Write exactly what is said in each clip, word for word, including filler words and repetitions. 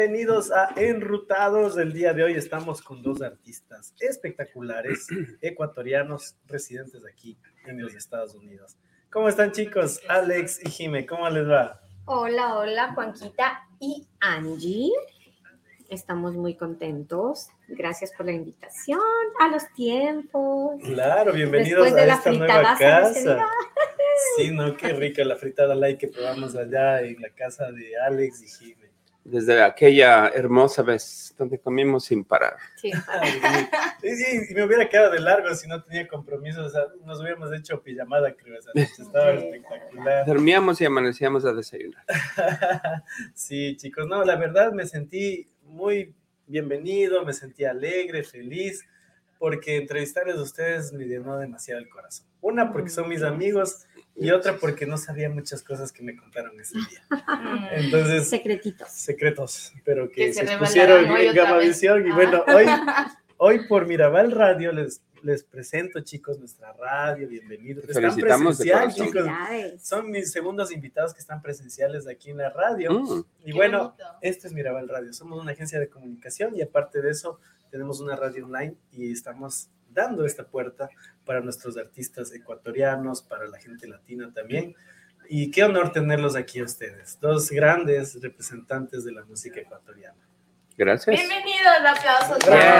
Bienvenidos a Enrutados. El día de hoy estamos con dos artistas espectaculares, ecuatorianos, residentes aquí en los Estados Unidos. ¿Cómo están, chicos? Alex y Jime, ¿cómo les va? Hola, hola, Juanquita y Angie. Estamos muy contentos. Gracias por la invitación a los tiempos. Claro, bienvenidos de a la esta nueva casa. Sí, no, qué rica la fritada light que probamos allá en la casa de Alex y Jime. Desde aquella hermosa vez donde comimos sin parar. Sí, sí, sí, y me hubiera quedado de largo si no tenía compromisos. O sea, nos hubiéramos hecho pijamada, creo. O sea, estaba espectacular. Dormíamos y amanecíamos a desayunar. Sí, chicos, no, la verdad me sentí muy bienvenido, me sentí alegre, feliz, porque entrevistarles a ustedes me llenó demasiado el corazón. Una, porque son mis amigos, y otra porque no sabía muchas cosas que me contaron ese día. Entonces, secretitos. Secretos, pero que, que se, se pusieron hoy en Gamavisión. Y bueno, hoy, hoy por Mirabal Radio les, les presento, chicos, nuestra radio. Bienvenidos. Te están felicitamos presencial, de chicos. Son mis segundos invitados que están presenciales aquí en la radio. Mm. Y bueno, esto es Mirabal Radio. Somos una agencia de comunicación y aparte de eso, tenemos una radio online y estamos dando esta puerta para nuestros artistas ecuatorianos, para la gente latina también. Y qué honor tenerlos aquí a ustedes, dos grandes representantes de la música ecuatoriana. Gracias. Bienvenidos, aplausos.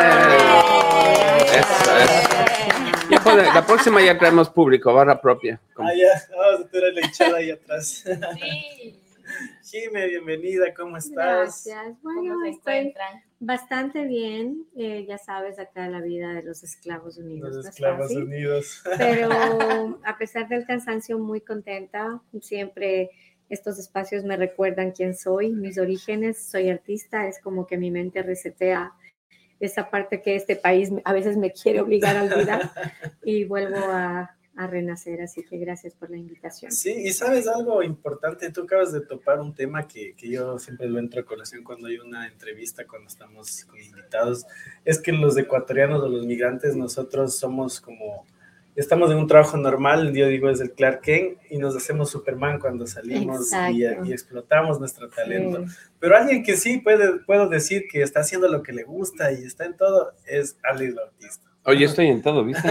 Eso, eso. Ya puede, la próxima ya traemos público, barra propia. Como... Ah, ya, vamos a tener la hinchada ahí atrás. Sí. Jime, bienvenida, ¿cómo estás? Gracias. Bueno, ¿Cómo se estoy encuentran? bastante bien. Eh, ya sabes, acá la vida de los esclavos unidos. Los no esclavos fácil, unidos. Pero a pesar del cansancio, muy contenta. Siempre estos espacios me recuerdan quién soy, mis orígenes. Soy artista, es como que mi mente resetea esa parte que este país a veces me quiere obligar a olvidar y vuelvo a... a renacer, así que gracias por la invitación. Sí, y sabes algo importante, tú acabas de topar un tema que, que yo siempre lo entro a colación cuando hay una entrevista, cuando estamos con invitados, es que los ecuatorianos o los migrantes, nosotros somos como, estamos en un trabajo normal, yo digo es el Clark Kent, y nos hacemos Superman cuando salimos y, y explotamos nuestro talento. Sí. Pero alguien que sí puede, puedo decir que está haciendo lo que le gusta y está en todo, es Alex Bautista. Oye, estoy en todo, ¿viste?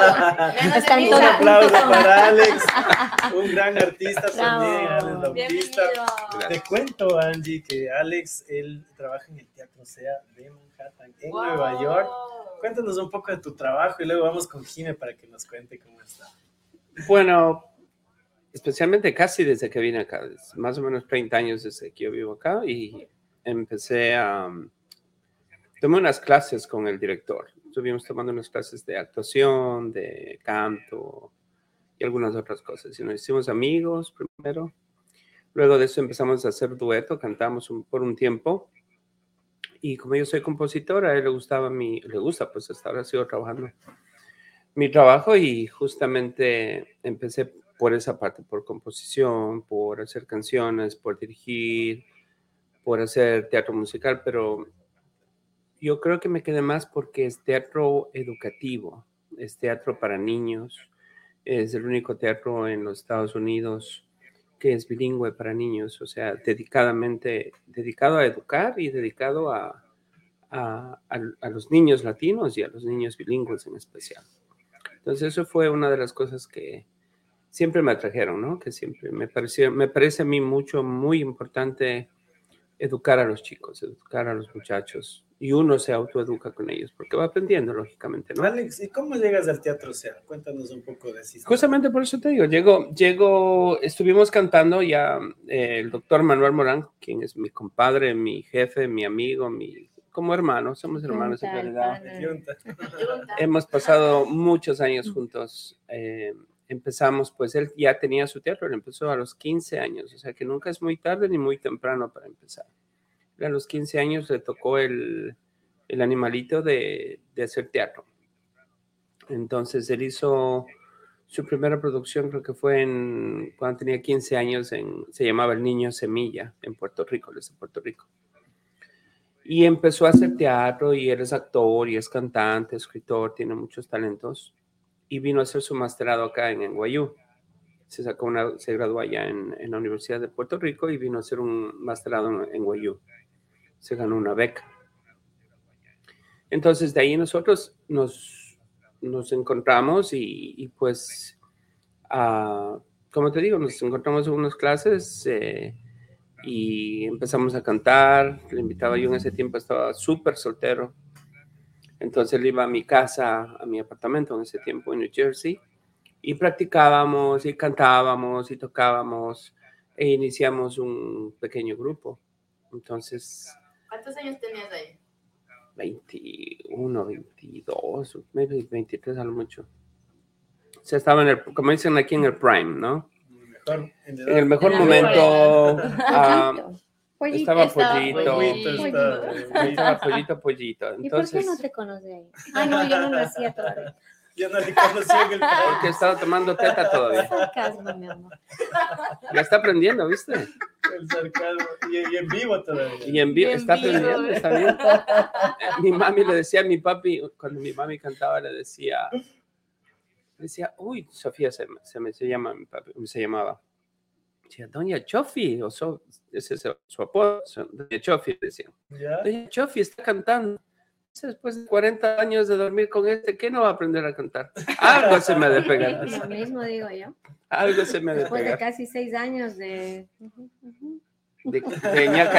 Un aplauso para Alex, un gran artista también, Alex Bautista. Te cuento, Angie, que Alex, él trabaja en el Teatro SEA de Manhattan, en wow. Nueva York. Cuéntanos un poco de tu trabajo y luego vamos con Jime para que nos cuente cómo está. Bueno, especialmente casi desde que vine acá, más o menos treinta años desde que yo vivo acá y empecé a... Um, tomé unas clases con el director. Estuvimos tomando unas clases de actuación, de canto y algunas otras cosas. Y nos hicimos amigos primero. Luego de eso empezamos a hacer dueto, cantamos un, por un tiempo. Y como yo soy compositora, a él le gustaba mi, le gusta, pues hasta ahora sigo trabajando mi trabajo y justamente empecé por esa parte, por composición, por hacer canciones, por dirigir, por hacer teatro musical, pero yo creo que me quedé más porque es teatro educativo, es teatro para niños, es el único teatro en los Estados Unidos que es bilingüe para niños, o sea, dedicadamente, dedicado a educar y dedicado a, a, a, a los niños latinos y a los niños bilingües en especial. Entonces eso fue una de las cosas que siempre me atrajeron, ¿no? Que siempre me pareció, me parece a mí mucho, muy importante educar a los chicos, educar a los muchachos. Y uno se autoeduca con ellos, porque va aprendiendo, lógicamente, ¿no? Alex, ¿y cómo llegas al Teatro SEA? Cuéntanos un poco de eso. Justamente por eso te digo, llego, llego, estuvimos cantando ya eh, el doctor Manuel Morán, quien es mi compadre, mi jefe, mi amigo, mi, como hermano, somos hermanos en realidad. Hemos pasado muchos años juntos. Eh, empezamos, pues él ya tenía su teatro, él empezó a los quince años, o sea que nunca es muy tarde ni muy temprano para empezar. A los quince años le tocó el, el animalito de, de hacer teatro. Entonces él hizo su primera producción, creo que fue en, cuando tenía quince años, en, se llamaba El Niño Semilla, en Puerto Rico, él es de Puerto Rico. Y empezó a hacer teatro y él es actor y es cantante, escritor, tiene muchos talentos. Y vino a hacer su masterado acá en N Y U. Se sacó una, se graduó allá en, en la Universidad de Puerto Rico y vino a hacer un masterado en N Y U. se ganó una beca. Entonces, de ahí nosotros nos, nos encontramos y, y pues, uh, como te digo, nos encontramos en unas clases eh, y empezamos a cantar. Le invitaba yo en ese tiempo, estaba súper soltero. Entonces, él iba a mi casa, a mi apartamento en ese tiempo en New Jersey, y practicábamos y cantábamos y tocábamos e iniciamos un pequeño grupo. Entonces... ¿Cuántos años tenías ahí? veintiuno, veintidós, maybe veintitrés a lo mucho. O sea, estaba en el, como dicen aquí, en el prime, ¿no? Mejor, en, en el mejor en momento. Uh, pollito. Estaba Estaba pollito. Pollito, Pollito. está- Estaba pollito, pollito. ¿Y por qué Entonces, no te conocí ahí? Ah, no, yo no nacía todavía. Yo no le conocí en el porque estaba tomando teta todavía. Sarcasmo, mi amor. Ya está aprendiendo, ¿viste? el sarcasmo. Y, y en vivo todavía. Y en vivo, Y en está vivo, aprendiendo, ¿eh? está bien. Mi mami le decía a mi papi, cuando mi mami cantaba, le decía, le decía, uy, Sofía se, se me se llama, mi papi, se llamaba. Decía, Doña Chofi, o so, ese es su apodo, Doña Chofi, decía. ¿Ya? Doña Chofi está cantando. Después de cuarenta años de dormir con este, ¿qué no va a aprender a cantar? Algo se me ha de pegar. Lo mismo digo yo. Algo se me ha de Después de pegar. casi seis años de... Ujú, ujú. De, de ñaca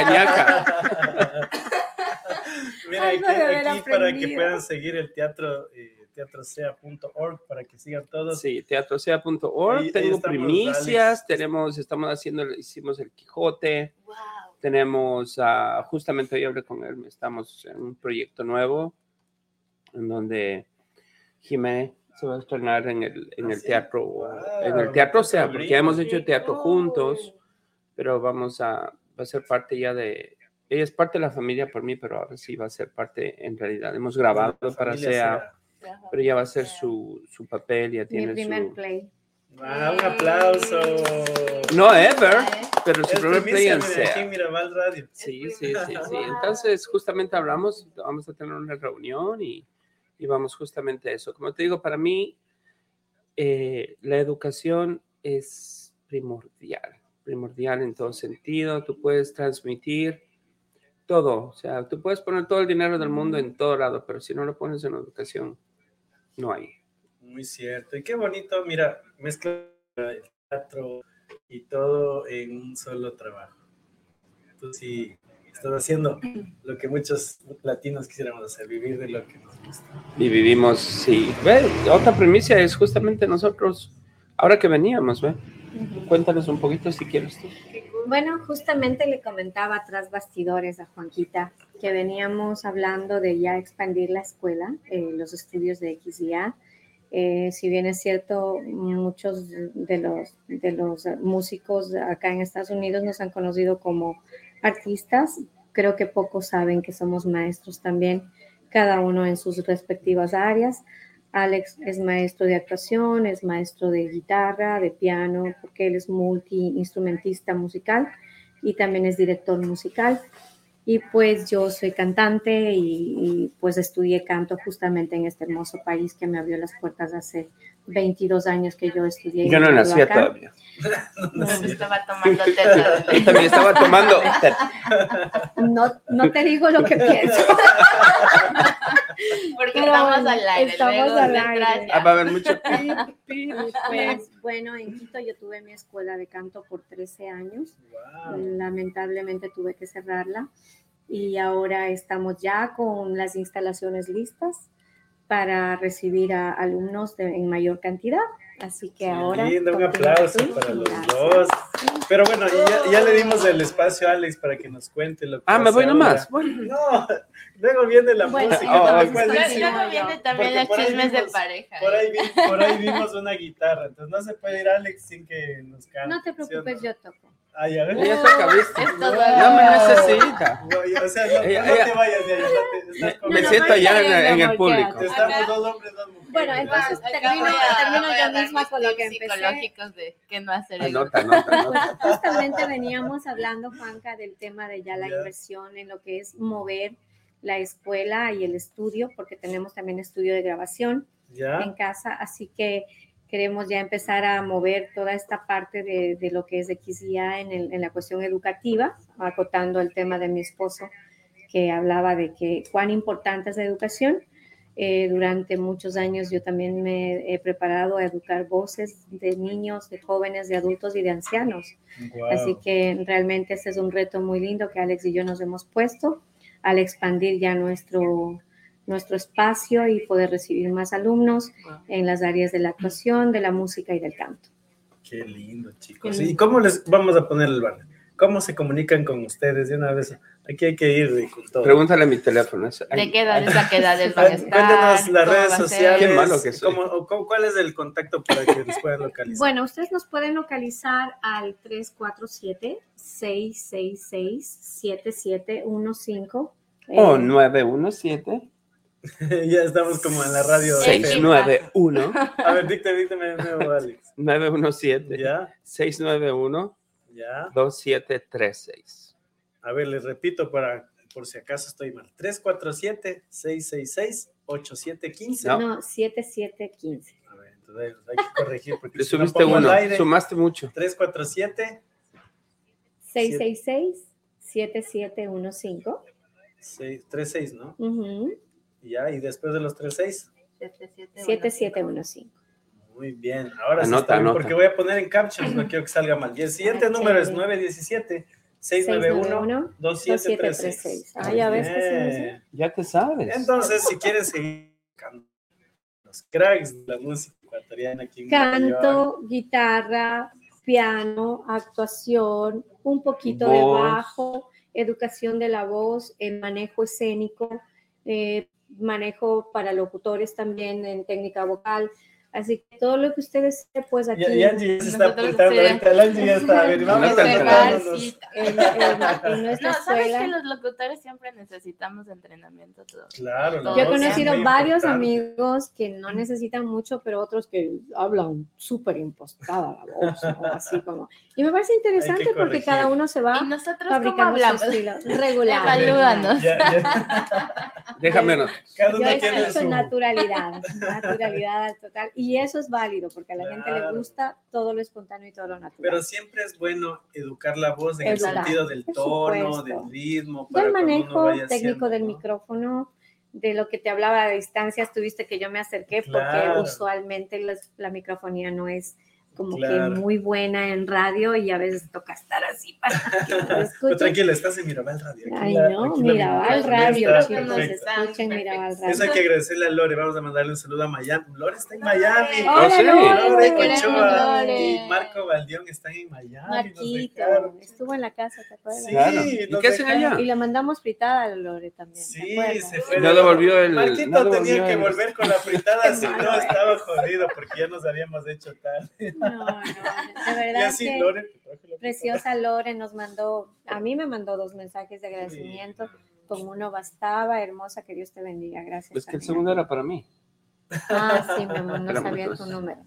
ñaca. Mira, aquí, Algo de haber aquí para que aprendido. puedan seguir el teatro, eh, teatro sea punto org, para que sigan todos. Sí, teatrosea punto org. Ahí- ahí Tengo estamos, primicias, Alex. tenemos, estamos haciendo, hicimos el Quijote. Wow. Tenemos, uh, justamente hoy hablé con él, estamos en un proyecto nuevo en donde Jimé se va a estrenar en el, en ¿Ah, el sí? teatro, Wow, en el teatro qué sea, porque brillo. ya hemos hecho teatro Oh. juntos, pero vamos a, va a ser parte ya de, ella es parte de la familia por mí, pero ahora sí va a ser parte en realidad. Hemos grabado La para familia SEA, sea. pero ya va a ser su, su papel, ya Mi tiene primer su... play. Ah, un aplauso. No ever, pero su Es primer play en primicia, mira, aquí en SEA. Mirabal Radio. Sí, sí, sí, sí. Entonces, justamente hablamos, vamos a tener una reunión y, y vamos justamente a eso. Como te digo, para mí, eh, la educación es primordial, primordial en todo sentido. Tú puedes transmitir todo, o sea, tú puedes poner todo el dinero del mundo en todo lado, pero si no lo pones en educación, no hay. Muy cierto. Y qué bonito, mira, mezcla el teatro y todo en un solo trabajo. Tú sí estás haciendo lo que muchos latinos quisiéramos hacer, vivir de lo que nos gusta. Y vivimos, sí. Ve, otra primicia es justamente nosotros, ahora que veníamos, ¿ve? Cuéntanos un poquito si quieres tú. Bueno, justamente le comentaba tras bastidores a Juanquita que veníamos hablando de ya expandir la escuela, eh, los estudios de X I A. Eh, si bien es cierto, muchos de los, de los músicos acá en Estados Unidos nos han conocido como artistas, creo que pocos saben que somos maestros también, cada uno en sus respectivas áreas. Alex es maestro de actuación, es maestro de guitarra, de piano, porque él es multiinstrumentista musical y también es director musical. Y pues yo soy cantante y, y pues estudié canto justamente en este hermoso país que me abrió las puertas hace veintidós años que yo estudié. Yo no nacía acá. todavía. No, Estaba tomando teta. Yo también estaba tomando. no, no te digo lo que pienso. Porque Pero estamos al aire. estamos luego al detrás aire. ya. Ah, va a haber mucho. pi, pi. Pues bueno, en Quito yo tuve mi escuela de canto por trece años. Wow. Lamentablemente tuve que cerrarla y ahora estamos ya con las instalaciones listas para recibir a alumnos de, en mayor cantidad. Así que Qué ahora... lindo, un continúa aplauso tú. para los Gracias. dos. Pero bueno, ya, ya le dimos el espacio a Alex para que nos cuente lo que Ah, me hace voy ahora. nomás. Bueno. No, luego viene la Bueno, música. oh, ¿no? oh, Después sí, dice- sí. Luego viene también Porque los por ahí chismes de vimos- pareja. Por ahí, vi- por ahí vimos una guitarra, entonces no se puede ir Alex sin que nos cante. No te ¿sí o preocupes, no? yo toco. Ah, ya ves. Ella toca, ¿viste? Esto Wow. No me necesita. Güey, o sea, no, Ella- no ella- te vayas de ahí. no te- estás con- Me no, siento no, allá está en, bien, en mi el amor, público. quédate. Estamos Acá. dos hombres, dos mujeres. Bueno, entonces Acá termino, voy a- termino voy a yo dar misma mis con lo tips que empecé. psicológicos de qué no hacer. en- Anota, anota, anota. Justamente veníamos hablando, Juanca, del tema de ya la Ya. inversión en lo que es mover la escuela y el estudio, porque tenemos también estudio de grabación en ¿Ya? casa, así que queremos ya empezar a mover toda esta parte de, de lo que es X I A en, el, en la cuestión educativa, acotando el tema de mi esposo, que hablaba de que cuán importante es la educación. Eh, durante muchos años yo también me he preparado a educar voces de niños, de jóvenes, de adultos y de ancianos. Wow. Así que realmente este es un reto muy lindo que Alex y yo nos hemos puesto al expandir ya nuestro, nuestro espacio y poder recibir más alumnos en las áreas de la actuación, de la música y del canto. Qué lindo, chicos. ¿Y cómo les vamos a poner el banner? ¿Cómo se comunican con ustedes de una vez? Aquí hay que ir con todo. Pregúntale a mi teléfono. ¿De qué edades a qué edades van a estar? Cuéntenos las redes sociales. Qué malo que soy. ¿Cómo, cómo, ¿Cuál es el contacto para que los puedan localizar? Bueno, ustedes nos pueden localizar al tres cuatro siete, seis seis seis, siete siete uno cinco. O Eh, nueve uno siete. Ya estamos como en la radio. seis nueve uno. A ver, díctame, díctame de nuevo, Alex. nueve uno siete. ¿Ya? seis nueve uno. ¿Ya? dos siete tres seis. A ver, les repito para por si acaso estoy mal. tres cuatro siete, seis seis seis, ocho siete uno cinco. No. No, siete siete uno cinco. A ver, entonces hay que corregir porque Le si no subiste pongo al uno, aire, sumaste mucho. tres cuatro siete, seis seis seis, siete siete uno cinco. seis, tres seis, ¿no? Uh-huh. Ya, y después de los tres seis. siete siete uno cinco. Muy bien, ahora sí Anota, está bien, anota. porque voy a poner en captions, no quiero que salga mal. Y el siguiente Ah, número es chévere. nueve uno siete, seis nueve uno, dos siete tres seis. Ah, ya ves que sí, no sé. Bien. Ya te sabes. Entonces, si quieres seguir buscando los cracks de la música ecuatoriana aquí en Canto, guitarra, piano, actuación, un poquito de Voz. bajo, educación de la voz, eh, manejo escénico, eh, manejo para locutores también en técnica vocal. Así que todo lo que ustedes pues aquí Ya, ya Angie ya se está Nosotros apuntando sí. ahorita, el Angie ya está, a ver, vamos No a te prepararnos. Sí. en, en- en nuestra No, sabes escuela. que los locutores siempre necesitamos entrenamiento todos. Claro, la Yo he voz es conocido muy varios importante. amigos que no necesitan mucho, pero otros que hablan súper impostada la voz, ¿no? Así como. Y me parece interesante porque corregir. cada uno se va Y nosotros cómo fabricando su hablamos. estilo regular. Evalúanos. Ya, ya. Déjame no. Cada Yo uno tiene escucho su... naturalidad, naturalidad al total. Y eso es válido porque a la gente le Claro. gusta todo lo espontáneo y todo lo natural. Pero siempre es bueno educar la voz en Educar, el sentido del por tono, supuesto. del ritmo. Del para cuando uno manejo vaya técnico haciendo, del ¿no? micrófono, de lo que te hablaba de distancias, tuviste que yo me acerqué Claro. porque usualmente las- la microfonía no es como Claro. que muy buena en radio y a veces toca estar así para que nos Pero escuchen. tranquila, estás en Mirabal Radio. Aquí Ay, la- no, aquí la Mirabal microfonía Radio, está chicos, perfecta. escuchen Mirabal Eso Radio. hay que agradecerle a Lore. Vamos a mandarle un saludo a Miami. Lore está en Miami. Hola, sí. Lore, Lore te queremos, Ochoa Lore. y Marco Valdión están en Miami. Marquito, nos dejaron. estuvo en la casa, ¿te acuerdas? Sí, Claro. ¿Y nos qué hacen dejaron. allá? Y le mandamos fritada a Lore también. ¿te Sí, acuerdas? se fue. No de- devolvió el- Marquito no tenía devolvió que el- volver con la fritada, si malo, no eh. estaba jodido porque ya nos habíamos hecho tal. No, no, de Y verdad así, que Lore, te traje la fritada. preciosa Lore nos mandó, a mí me mandó dos mensajes de agradecimiento. Con uno bastaba, hermosa, que Dios te bendiga. Gracias. Es que el amiga. segundo era para mí. Ah, sí, mi amor, no Éramos sabía dos. tu número.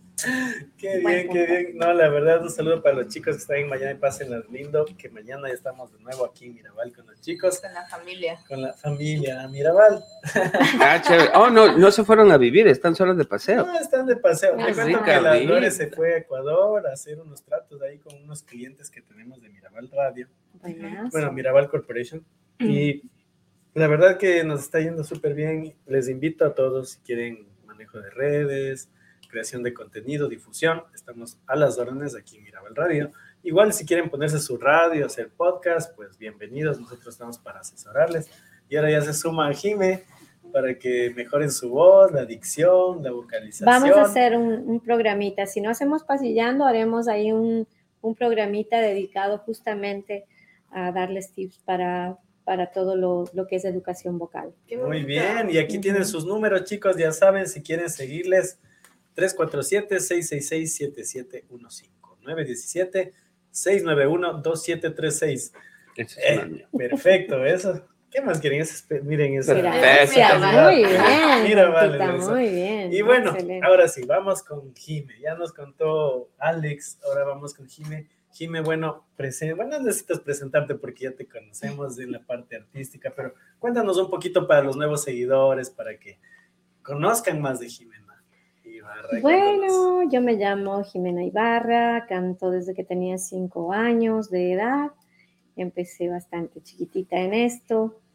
Qué Buen bien, qué punto. bien. No, la verdad, un saludo para los chicos que están en Miami. Pásenlas lindo, que mañana ya estamos de nuevo aquí en Mirabal con los chicos, Con la familia. con la familia Mirabal. Ah, chévere. Oh, no, no se fueron a vivir, están solos de paseo. No, están de paseo. Te Qué cuento rica que la vida. Lore se fue a Ecuador a hacer unos tratos ahí con unos clientes que tenemos de Mirabal Radio. Buenazo. Bueno, Mirabal Corporation. Y la verdad que nos está yendo súper bien. Les invito a todos, si quieren manejo de redes, creación de contenido, difusión, estamos a las órdenes aquí en Mirabal Radio. Igual si quieren ponerse su radio, hacer podcast, pues bienvenidos, nosotros estamos para asesorarles. Y ahora ya se suma a Jime para que mejoren su voz, la dicción, la vocalización. Vamos a hacer un, un programita. Si no hacemos pasillando, haremos ahí un, un programita dedicado justamente a darles tips para, para todo lo, lo que es educación vocal. Muy bien, y aquí tienen sus números, chicos, ya saben, si quieren seguirles, tres cuatro siete, seis seis seis, siete siete uno cinco, nueve uno siete, seis nueve uno, dos siete tres seis. Ese es Eh, un año. perfecto, eso. ¿Qué más quieren? Eso es- miren eso. Perfecto. Gracias, muy bien. Mira, vale, Paquita, eso. muy bien. Y bueno, Excelente. ahora sí, vamos con Jime. Ya nos contó Alex, ahora vamos con Jime. Jime, bueno, presen- bueno, no necesitas presentarte porque ya te conocemos en la parte artística, pero cuéntanos un poquito para los nuevos seguidores, para que conozcan más de Jimena Ibarra. Cuéntanos. Bueno, yo me llamo Jimena Ibarra, canto desde que tenía cinco años de edad. Empecé bastante chiquitita en esto.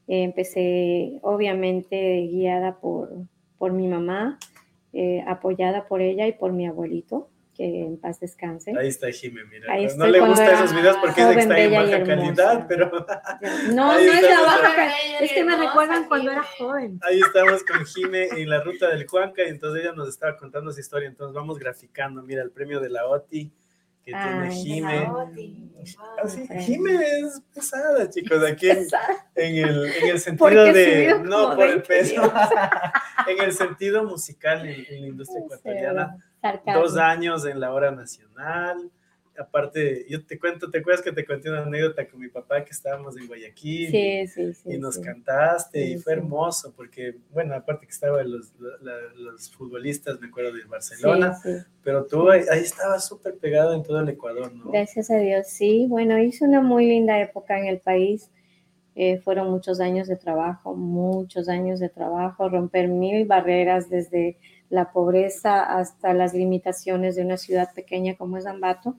Eh, empecé, obviamente, guiada por, por mi mamá, eh, apoyada por ella y por mi abuelito, que en paz descanse. Ahí está Jime, mira. Ahí no estoy le cuando gustan era esos videos porque dice que joven, está en bella y baja hermosa. calidad, pero No, ahí no es la estamos baja con- calidad, es que me recuerdan cuando era joven. ahí estamos con Jime en la ruta del Huanca y entonces ella nos estaba contando esa historia, entonces vamos graficando, mira, el premio de la O T I que tiene Ay, Jime. La Oti. Así, Wow. Jime es pesada, chicos, aquí en, en el, en el sentido Porque he de, subido no como por el veinte peso, libras. en el sentido musical en, en la industria ecuatoriana. Sarcasmo. Dos años en la hora nacional. Aparte, yo te cuento, ¿te acuerdas que te conté una anécdota con mi papá que estábamos en Guayaquil? Sí, sí, sí. Y nos sí. cantaste Sí, y fue sí. hermoso porque, bueno, aparte que estaban los, la, los futbolistas, me acuerdo de Barcelona, Sí, sí. pero tú Sí. ahí, ahí estabas súper pegado en todo el Ecuador, ¿no? Gracias a Dios, sí. Bueno, hice una muy linda época en el país. Eh, fueron muchos años de trabajo, muchos años de trabajo, romper mil barreras desde la pobreza hasta las limitaciones de una ciudad pequeña como es Ambato.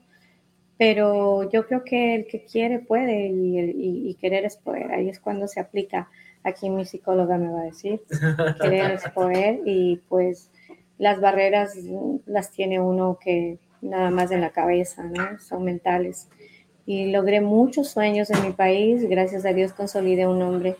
Pero yo creo que el que quiere puede y, el, y, y querer es poder. Ahí es cuando se aplica. Aquí mi psicóloga me va a decir, querer es poder y pues las barreras las tiene uno que nada más en la cabeza, ¿no? Son mentales. Y logré muchos sueños en mi país, gracias a Dios consolidé un nombre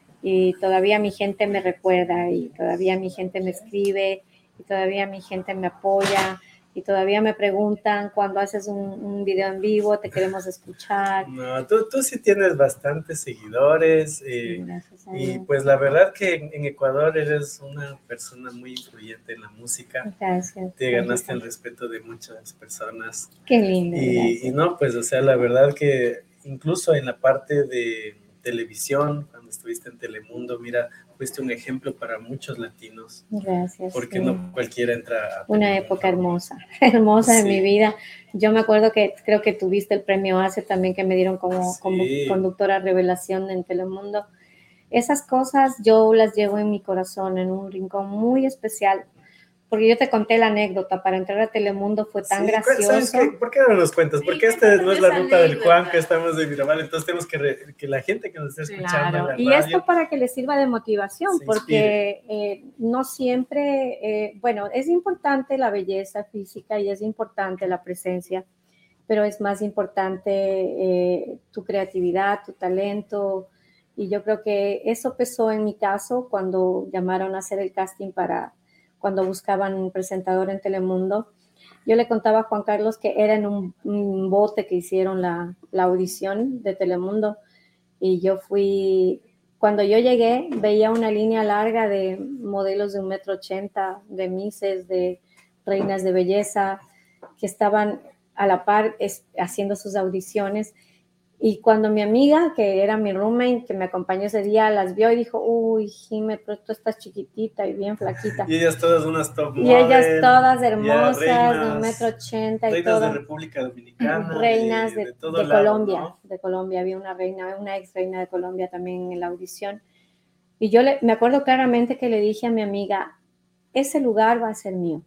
y todavía mi gente me recuerda y todavía mi gente me escribe y todavía mi gente me apoya y todavía me preguntan cuando haces un, un video en vivo, te queremos escuchar. No, tú, tú sí tienes bastantes seguidores eh, Sí, gracias a y Dios. pues la verdad que en, en Ecuador eres una persona muy influyente en la música. Gracias. Te ganaste gracias. el respeto de muchas personas. Qué lindo, Y, gracias. y no, pues, o sea, la verdad que incluso en la parte de televisión, cuando estuviste en Telemundo, mira, fuiste un ejemplo para muchos latinos, Gracias. porque sí. no cualquiera entra a Una Telemundo. época hermosa, hermosa de Sí. mi vida. Yo me acuerdo que creo que tuviste el premio ACE también que me dieron como, Sí. como conductora revelación en Telemundo. Esas cosas yo las llevo en mi corazón, en un rincón muy especial, porque yo te conté la anécdota, para entrar a Telemundo fue tan Sí, gracioso. ¿sabes qué? ¿Por qué no nos cuentas? Sí, Porque esta cuéntanos no es la esa ruta del anécdota. Juan, que estamos de Mirabal, entonces tenemos que, re- que la gente que nos esté escuchando en Claro, la y radio, esto para que les sirva de motivación, se porque eh, no siempre, eh, bueno, es importante la belleza física y es importante la presencia, pero es más importante eh, tu creatividad, tu talento, y yo creo que eso pesó en mi caso cuando llamaron a hacer el casting para, cuando buscaban un presentador en Telemundo. Yo le contaba a Juan Carlos que era en un, un bote que hicieron la, la audición de Telemundo, y yo fui, cuando yo llegué, veía una línea larga de modelos de un metro ochenta, de mises, de reinas de belleza, que estaban a la par es, haciendo sus audiciones. Y cuando mi amiga, que era mi roommate, que me acompañó ese día, las vio y dijo, uy, Jime, pero tú estás chiquitita y bien flaquita. y ellas todas unas top Y ellas model, todas ya hermosas, reinas, de un metro ochenta y reinas de todo. República Dominicana, Reinas de, de, de todo de lado, Colombia, ¿no? de Colombia, había una reina, una ex reina de Colombia también en la audición. Y yo le, me acuerdo claramente que le dije a mi amiga, ese lugar va a ser mío.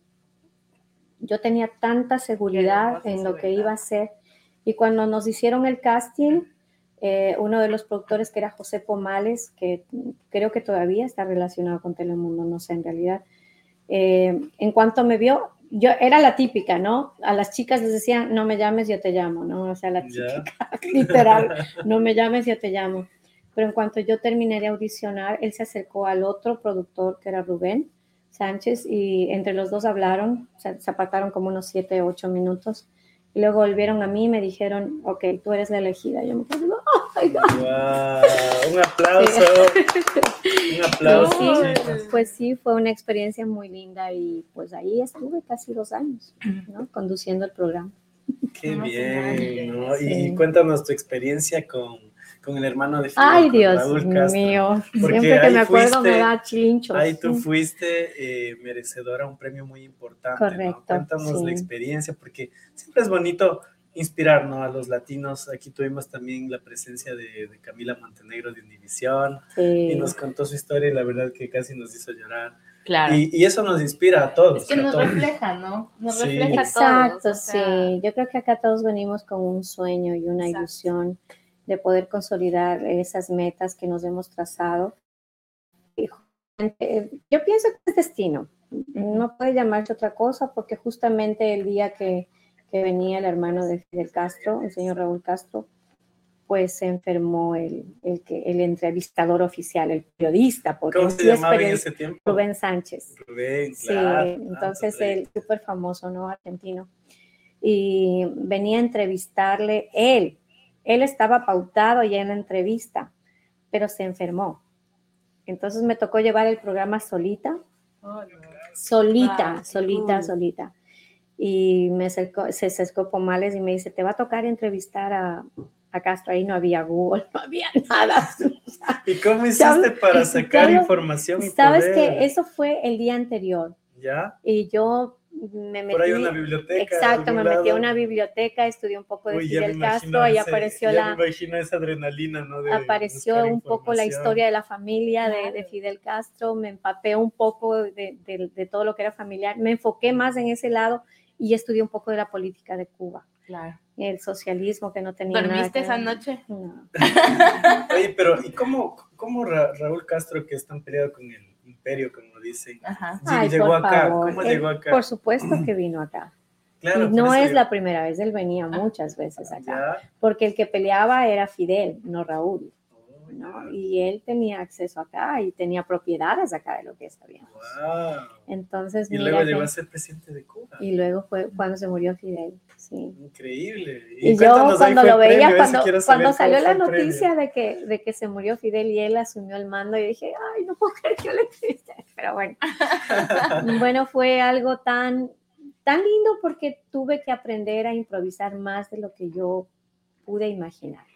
Yo tenía tanta seguridad en lo que iba a hacer. Y cuando nos hicieron el casting, eh, uno de los productores, que era José Pomales, que creo que todavía está relacionado con Telemundo, no sé en realidad, eh, en cuanto me vio, yo era la típica, ¿no? A las chicas les decían, no me llames, yo te llamo, ¿no? O sea, la típica, Ya. literal, no me llames, yo te llamo. Pero en cuanto yo terminé de audicionar, él se acercó al otro productor, que era Rubén Sánchez, y entre los dos hablaron, se, se apartaron como unos siete, ocho minutos, y luego volvieron a mí y me dijeron, ok, tú eres la elegida. Yo me quedé, oh my God. Wow, un aplauso, Sí. un aplauso, Sí, chicas. pues sí, fue una experiencia muy linda y pues ahí estuve casi dos años, ¿no? Conduciendo el programa. Qué No, bien, ¿no? Sí. Y, y cuéntanos tu experiencia con, con el hermano de Fidel, Ay, con Dios Raúl Castro. mío, Porque siempre que ahí me acuerdo fuiste, me da chilinchos. ahí tú fuiste eh, merecedora a un premio muy importante, Correcto, ¿no? Cuéntanos sí. la experiencia, porque siempre es bonito inspirar, ¿no? A los latinos. Aquí tuvimos también la presencia de, de Camila Montenegro de Univisión, Sí. y nos contó su historia y la verdad que casi nos hizo llorar. Claro. Y, y eso nos inspira a todos. Es que a nos todos. refleja, ¿no? Nos Sí. refleja a Exacto, todos. O sea, sí. Yo creo que acá todos venimos con un sueño y una Exacto. ilusión. de poder consolidar esas metas que nos hemos trazado. Y, eh, yo pienso que es destino, no puede llamarse otra cosa, porque justamente el día que, que venía el hermano de Fidel Castro, el señor Raúl Castro, pues se enfermó el, el, que, el entrevistador oficial, el periodista. Porque ¿Cómo se llamaba en ese tiempo? Rubén Sánchez. Rubén, claro. Sí, entonces el súper famoso, ¿no? Argentino. Y venía a entrevistarle él. Él estaba pautado ya en la entrevista, pero se enfermó. Entonces me tocó llevar el programa solita. Oh, no. Solita, ah, solita, cool. solita. Y me acercó, se acercó Pomales y me dice, te va a tocar entrevistar a, a Castro. Ahí no había Google, no había nada. ¿Y cómo hiciste ¿sabes? para sacar claro, información? Y Sabes poder? que eso fue el día anterior. ¿Ya? Y yo me metí. Por ahí una biblioteca. Exacto, me lado. metí a una biblioteca, estudié un poco de Uy, Fidel Castro y apareció ya la. Me imagino esa adrenalina, ¿no? De apareció un poco la historia de la familia de, de Fidel Castro, me empapé un poco de, de, de todo lo que era familiar, me enfoqué más en ese lado y estudié un poco de la política de Cuba. Claro. El socialismo que no tenía nada. ¿Dormiste que esa ver. noche? No. Oye, pero ¿y cómo, cómo Ra Raúl Castro, que es tan peleado con el imperio, como dicen, Ajá. Ay, llegó acá? Favor. ¿Cómo él, llegó acá? Por supuesto que vino acá. Claro, y no es yo... la primera vez, él venía muchas veces acá, ¿Ya? porque el que peleaba era Fidel, no Raúl. ¿no? Y él tenía acceso acá y tenía propiedades acá de lo que está bien. Wow. Entonces, y mira luego llegó que, a ser presidente de Cuba. Y luego fue cuando se murió Fidel. Sí. Increíble. Y, y yo cuando lo veía, premio, cuando, si cuando salió la noticia premio. de que, de que se murió Fidel y él asumió el mando, y dije, ay, no puedo creer que yo le entrevisté. Pero bueno, bueno, fue algo tan, tan lindo porque tuve que aprender a improvisar más de lo que yo pude imaginar.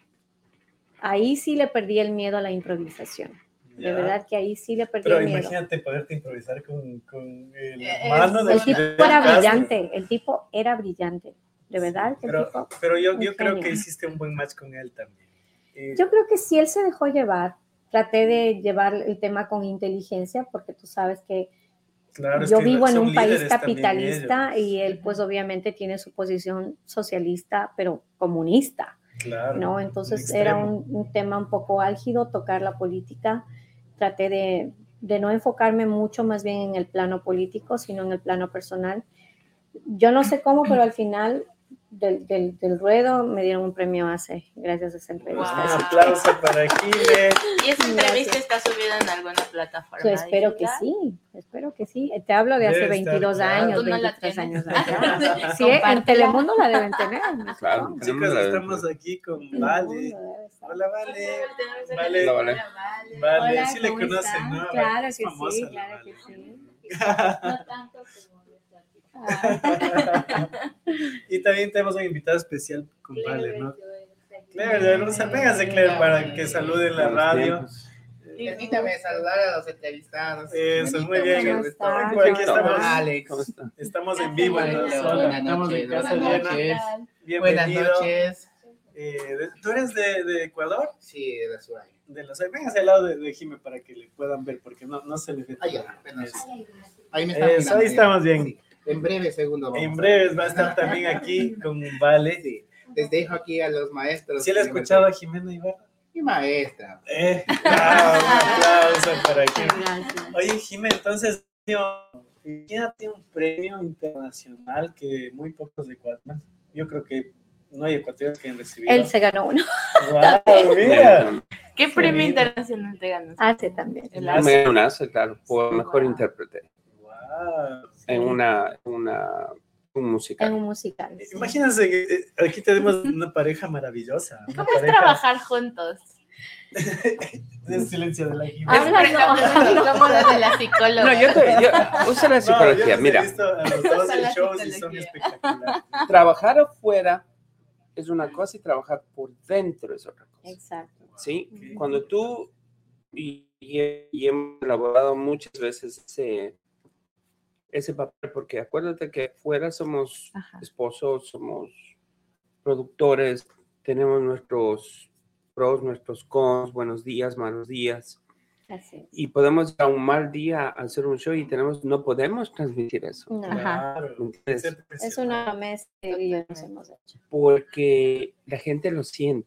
Ahí sí le perdí el miedo a la improvisación. Ya. De verdad que ahí sí le perdí Pero el miedo. Pero imagínate poderte improvisar con, con el es, hermano de El tipo era Castro. brillante, el tipo era brillante. De verdad sí, que pero, el tipo pero yo, yo creo que hiciste un buen match con él también. Eh, yo creo que sí, él se dejó llevar. Traté de llevar el tema con inteligencia porque tú sabes que claro, yo es que vivo en un país líderes capitalista y él pues obviamente tiene su posición socialista, pero comunista. Claro, ¿no? Entonces era un, un tema un poco álgido tocar la política. Traté de, de no enfocarme mucho más bien en el plano político, sino en el plano personal. Yo no sé cómo, pero al final del, del, del ruedo me dieron un premio ACE, gracias a esa entrevista. Wow. Un aplauso para Gile. ¿Y esa entrevista gracias. está subida en alguna plataforma? Yo espero que sí, espero que sí. Te hablo de hace debe veintidós estar, años, claro. veintitrés no años atrás. Sí, en Telemundo la deben tener. Claro, chicos, estamos aquí con Vale. Hola, Vale. Vale, Hola, Vale. Vale. Hola, sí le conocen, ¿no? Claro es que famosa, sí, claro Vale. que sí. No tanto como y también tenemos un invitado especial con Vale, ¿no? Claire, no se véngase, Claire, para que salude en la radio. Permítame saludar a los entrevistados. Eso, muy bien. ¿Cómo está? Aquí estamos, Alex. ¿Cómo está? Estamos en vivo en la zona. Buenas Estamos noches, en casa buenas llena. noches. Bienvenido. Buenas noches. Eh, ¿Tú eres de, de Ecuador? Sí, de la ciudad. De la ciudad. Véngase al lado de, de Jime para que le puedan ver, porque no, no se le ve. Ahí, ahí me están Eso, ahí estamos bien. Sí. En breve, segundo. En breve va a estar también aquí con Vale. Sí. Les dejo aquí a los maestros. ¿Sí le he escuchado a Jimena Ibarra? Mi maestra. Eh, ah, un aplauso para que. Oye, Jimena, entonces, imagínate un premio internacional que muy pocos de Ecuador, yo creo que no hay ecuatorianos que han recibido. Él se ganó uno. Wow, mira. ¿Qué sí, premio mira. internacional te ganas? Hace también. El hace. Un hace, claro, por mejor wow. intérprete. Wow. En una, una, un musical. En un musical. Sí. Imagínense que aquí tenemos una pareja maravillosa. Una ¿Cómo pareja... es trabajar juntos? El silencio de la Jimena. Habla como la de la psicóloga. No, yo, yo uso la psicología, no, mira. He visto a los dos en shows y son espectaculares. Trabajar afuera es una cosa y trabajar por dentro es otra cosa. Exacto. ¿Sí? Okay. Cuando tú, y, y, y hemos elaborado muchas veces ese, ese papel, porque acuérdate que afuera somos Ajá. esposos, somos productores, tenemos nuestros pros, nuestros cons, buenos días, malos días. Así es. Y podemos ir a un mal día a hacer un show y tenemos, no podemos transmitir eso. No. Claro. Es una mesa que nos hemos hecho. Porque la gente lo siente.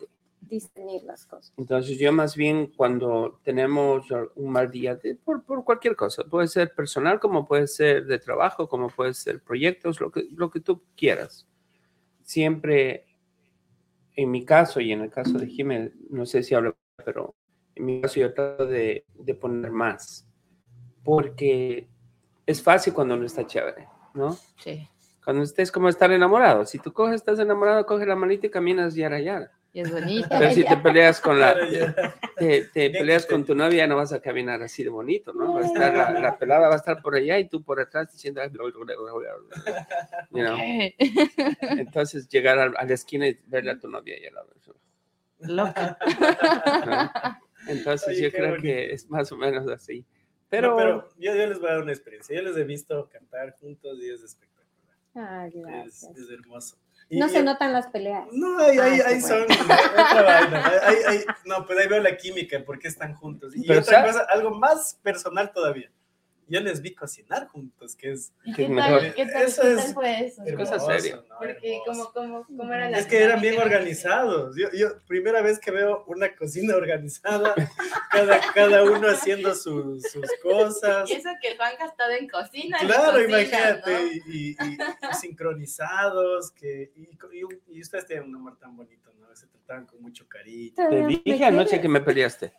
discernir las cosas. Entonces yo más bien cuando tenemos un mal día de, por, por cualquier cosa, puede ser personal como puede ser de trabajo, como puede ser proyectos, lo que, lo que tú quieras. Siempre, en mi caso y en el caso de Jiménez, no sé si hablo, pero en mi caso yo trato de, de poner más, porque es fácil cuando uno está chévere, ¿no? Sí. Cuando estés como estar enamorado, si tú coges, estás enamorado, coges la manita y caminas yara yara. Y es bonito. Pero si te peleas con la, Claro, ya. te, te Bien peleas que con te- tu novia, no vas a caminar así de bonito, ¿no? Va a estar la, la pelada va a estar por allá y tú por atrás diciendo, you know? Entonces llegar a, a la esquina y verle a tu novia y a la vez, Loca. ¿no? Entonces Oye, yo qué creo bonito. que es más o menos así. Pero, Pero, yo, yo les voy a dar una experiencia. Yo les he visto cantar juntos y es espectacular. Ay, Es, gracias. es hermoso. Y- No y- se notan las peleas. No, ahí, ahí, Ah, qué ahí bueno. son otra vaina. Ahí, ahí, no, pues ahí veo la química, por qué están juntos. Y Pero otra ¿sabes? cosa, algo más personal todavía. Yo les vi cocinar juntos, que es ¿Y Qué qué mejor. tal, qué tal, Eso qué es tal fue eso? Es cosa hermoso, seria. ¿no? Porque Hermoso. como, como, como era la Es que eran bien dinámica? organizados. Yo, yo, primera vez que veo una cocina organizada, cada, cada uno haciendo su- sus cosas. Y eso que Juanca ha estado en cocina. y Claro, cocina, imagínate, ¿no? y, y- y- y sincronizados, que, y, y- y ustedes tienen un amor tan bonito, ¿no? Se trataban con mucho cariño. te Todavía me dije anoche quieres. que me peleaste.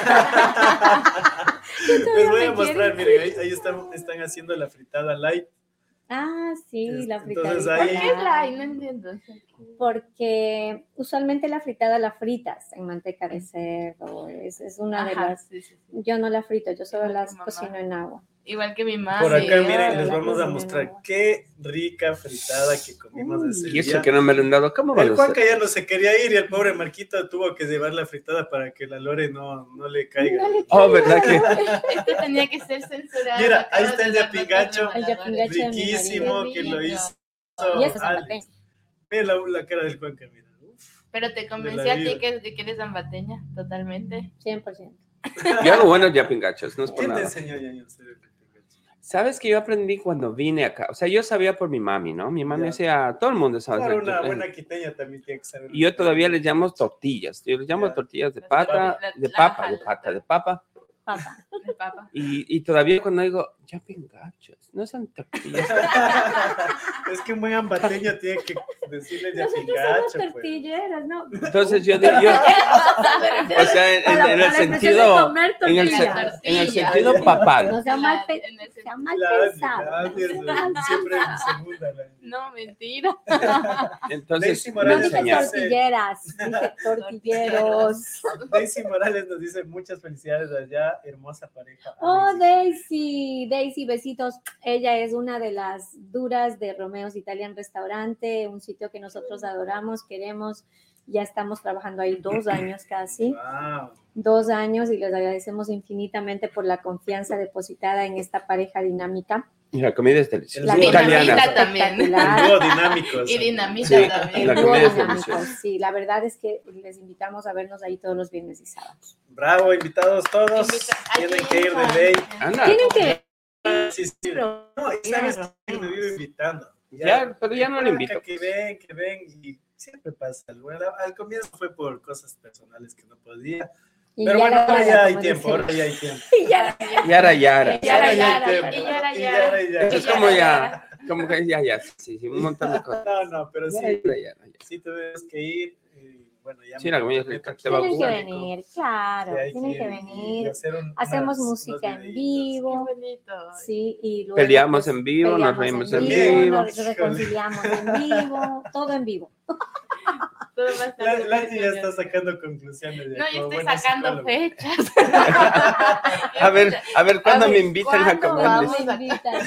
Les voy a me mostrar, quieres. miren, ahí, ahí están, están haciendo la fritada light. Ah, sí, Es- la fritada. entonces ¿Por ahí- qué es la? No entiendo. Porque usualmente la fritada la fritas en manteca de cerdo. Es, es una de Ajá, las. sí, sí, sí. Yo no la frito, yo solo Igual que las mi mamá. cocino en agua. Igual que mi mamá. Por acá, sí, miren, ahora les la vamos a cocina, mostrar ¿no? qué rica fritada que comimos Uy. ese Y eso día. que no me lo han dado, ¿cómo va El a Juanca ser? ya no se quería ir y el pobre Marquito tuvo que llevar la fritada para que la Lore no, no le caiga. No le Oh, ¿verdad que? Esto tenía que ser censurado. Mira, ahí acabas está el de dar yapingacho. datos El yapingacho de mi Riquísimo marido. que lo Qué hizo. Y eso es Alex. zambateño. Mira la, la cara del Juanca, mira. Uf. Pero te De convencí la a ti vida. que, de que eres zambateña, totalmente. cien por ciento. Yo hago buenos yapingachos, no es por ¿Quién te nada. enseñó ya a hacer el yapingacho? Sabes que yo aprendí cuando vine acá. O sea, yo sabía por mi mami, ¿no? Mi mami Ya. hacía, todo el mundo sabe Claro, hacer. una eh, buena quiteña también tiene que saber. Y yo todavía les llamo tortillas. Yo les llamo Ya. tortillas de Las pata, tortillas, de la- papa, la- de pata, de papa. Papá. El papa. Y, y todavía cuando digo, yapingachos, no son tortillas. Es que un buen ambateño tiene que decirle Nosotros somos yapingacho, pues. tortilleras, ¿no? Entonces yo digo, yo, o sea, en, en- en el sentido, en el, se- en el sentido papal. No sea mal, La- pe- en el sentido- sea mal Claro, pensado. gracias, siempre en segunda. la- No, mentira. Entonces Daisy me No Morales dije enseñaste. dice- tortilleras, dije tortilleros. Daisy Morales nos dice muchas felicidades allá, hermosa pareja. Oh, Alex. Daisy, Daisy, besitos. Ella es una de las duras de Romeo's Italian Restaurante, un sitio que nosotros adoramos, queremos. Ya estamos trabajando ahí dos años casi, Wow. dos años y les agradecemos infinitamente por la confianza depositada en esta pareja dinámica. Y la comida es deliciosa. La dúo Italiana. dinamita también. El Espectacular. dúo dinámicos. Y dinamita Sí. también. La El dúo comida es dinámico, deliciosa. sí, la verdad es que les invitamos a vernos ahí todos los viernes y sábados. Bravo, invitados todos. Invita- Ay, Tienen qué que ir de hija. ley. Anda. Tienen que Sí, sí. No, y sabes que me vivo invitando. Ya, pero ya no le invito. Que ven, que ven, y siempre pasa algo. Al, al comienzo fue por cosas personales que no podía. y Pero ya bueno, la ahora cara, ya hay como tiempo, dicen. ahora ya hay tiempo. Y ya- Yara, yara. Y ahora Ahora ya, hay tiempo. y ahora Y ya. ahora ya. Eso es como ya, como que ya, ya, sí, sí, un montón de cosas. No, no, pero sí, Yara, yara, yara. sí tienes que ir. y bueno, ya Sí, me la comida es comprometo rica, que te va a Tienen que gustar. venir, claro, que hay tienen ir que y- venir. y hacer un- Hacemos unas- música unos en videitos. vivo, Qué bonito. sí, y luego Peleamos pues, en vivo, nos peleamos reímos en vivo. nos reconciliamos en vivo, todo en vivo. Todo va a estar La- súper Lati ya genial. está sacando conclusiones. ya No, yo como estoy buena sacando psicóloga. fechas. A ver, a ver, ¿cuándo A ver, me invitan a ¿cuándo comer? vamos? Me invitan.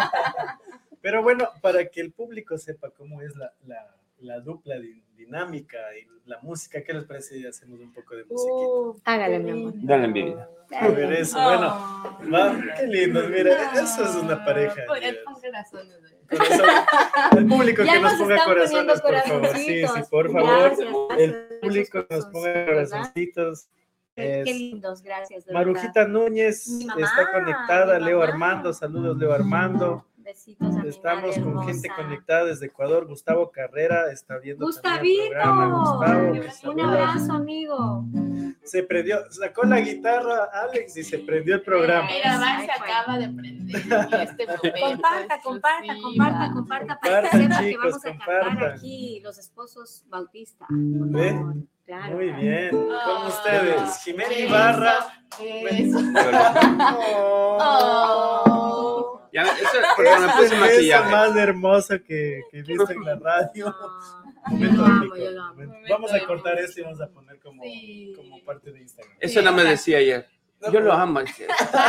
Pero bueno, para que el público sepa cómo es la, la, la dupla di- dinámica y la música, ¿qué les parece si hacemos un poco de musiquita? Uh, Hágale, qué mi amor. lindo. Dale envidia. A ver eso, bueno, Oh. va, qué lindo, mira, eso es una pareja. Pon- mira. pon corazones, güey. Corazón. El público Ya que nos nos ponga están corazones, poniendo por favor. Sí, sí, corazoncitos. por favor. Gracias, El gracias. público nos Esos ponga corazoncitos, corazoncitos. Qué, qué Es lindos, gracias. de Marujita Núñez Mi mamá, está conectada. mi Leo mamá. Armando, saludos Leo Armando. verdad. besitos a mi Estamos madre con hermosa. gente conectada desde Ecuador. Gustavo Carrera está viendo también el Gustavito, programa. Gustavo, que un saluda. abrazo, amigo. Se prendió, sacó la guitarra Alex y se prendió el programa. Mira, Val Ay, se fue. acaba de prender en este momento. Comparta, comparta, exclusiva. comparta, comparta para que Compartan, sepa que chicos, vamos a cantar compartan. aquí los esposos Bautista. ¿Ve? Claro. Muy bien. Con Ah, ustedes, Jimena eso, Ibarra. eso. Oh. Oh. Ya, eso es porque me Ese puse es el beso maquillaje. más hermoso que, que he visto en la radio. No, yo Momento lo amo, épico. yo lo amo. Vamos a cortar esto y vamos a poner como, Sí. como parte de Instagram. Eso no me decía ayer. Yo lo amo. decía.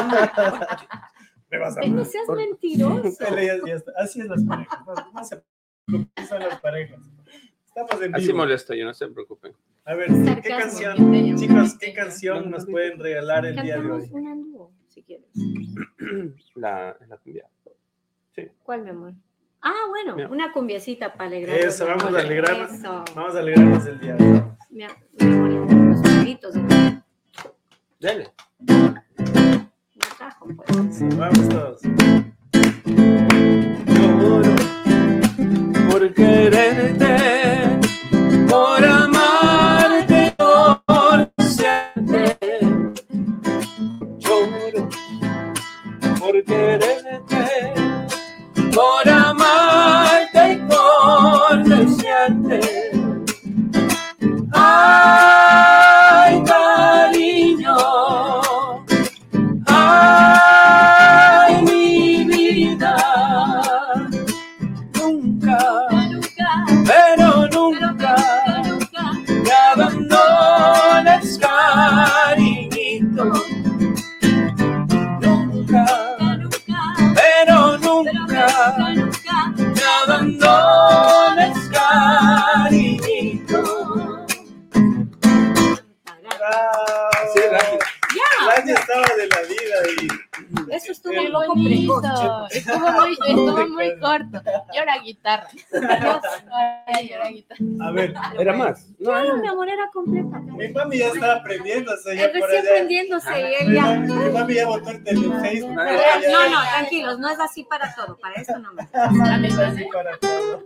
Me vas a Ay, no seas mentiroso. Él ya- ya está. Así es las parejas. No, no se preocupen, así son las parejas. Estamos en Así vivo. molesto, yo no se preocupen. A ver, ¿qué Sarcasmo. canción, chicos, qué canción nos pueden regalar el día de Cantamos hoy? una en dúo, si quieres. La, la cumbia. ¿Cuál, mi amor? Ah, bueno, Mira. una cumbiecita para alegrar. Eso, vamos a alegrarnos. Eso. Vamos a alegrarnos del día de hoy. Mi, mi amor, los palitos de la Dale. caja, pues. Sí, vamos todos. Lloro por quererte, por amarte, por siempre. Lloro por quererte, por amarte y por desearte. Ay, cariño, ay, mi vida, nunca, pero nunca, me abandones, cariñito, nunca, pero nunca, me abandones, cariñito. ¡Bravo! Sí, gracias. El año estaba de la vida y Eso estuvo Qué un poco bonito. precoz. Estuvo muy, estuvo muy corto. Y ahora guitarra. Ahora y ahora guitarra. a ver, Era más. Claro, mi amor, era completa. mi mami ya estaba aprendiéndose ya Él por recién allá. aprendiéndose y él Mi ya. mami, mi mami ya botó el tele- Facebook. No, ya- ya- No, no, tranquilos, no es así para todo, para esto nomás. A mi Así madre. para todo.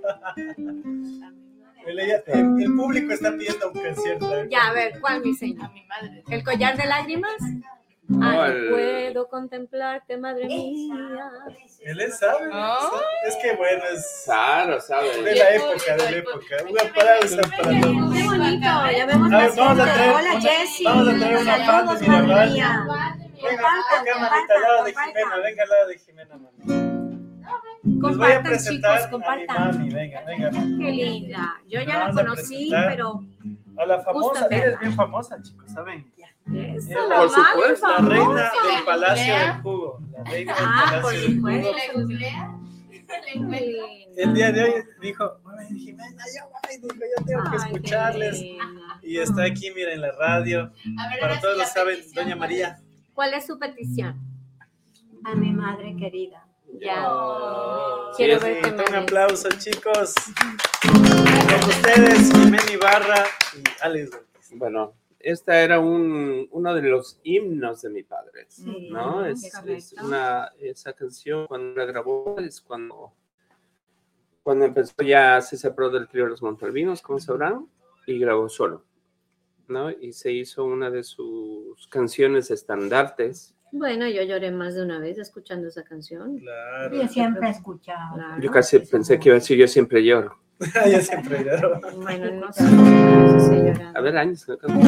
El, el- el público está pidiendo un concierto. Ya, a ver, ¿cuál mi A señor? mi madre. ¿El collar de lágrimas? No, Ay, el- puedo contemplarte, madre mía. Él es sabe. Ah. Es que bueno, es Claro, de ¿sabes? la época, de la época. Un aplauso para todos. Qué bonito, ya vemos A ver, más vamos a gente. traer Hola, una- Jessie. vamos a traer una fan Saludos, de Mirabal. madre mía. Venga, Compartan, acá, manita, al lado de compartan, Jimena. Venga al lado de Jimena, mami. Les voy a Compartan, presentar chicos, a mi compartan. mami. Venga, venga. Qué linda. Yo ya la Vamos a conocí, presentar. pero A la famosa, Gusto ella es verla. bien famosa, chicos, ¿saben? eso, Por la supuesto, madre La famosa. reina del Palacio Googlea. del Jugo. La reina del Ah, por Palacio del Jugo. supuesto. Le googlea. Le Qué encuentra. linda. El día de hoy dijo, "Mami, Jimena, ya voy, dijo, yo tengo que Ay, qué escucharles. linda. Y está aquí, mira, en la radio. A ver, Para ahora todos sí, lo la saben, petición, Doña ¿cuál María. ¿Cuál es su petición? A mi madre querida. Ya. Oh, Quiero sí, verte, un María. aplauso, chicos. Con ustedes, Jimena Ibarra y Alex. Bueno, esta era un, uno de los himnos de mi padre, Sí, ¿no? Es, correcto. es una, esa canción cuando la grabó es cuando, cuando empezó ya se separó del trío Los Montalvinos, como sabrán, y grabó solo, ¿no? Y se hizo una de sus canciones estandartes. Bueno, yo lloré más de una vez escuchando esa canción. Claro. Yo siempre he escuchado. Claro. Yo casi pensé que iba a decir yo siempre lloro. Yo siempre lloro. Bueno, no sé, no sé si he llorado. A ver, años que no canto.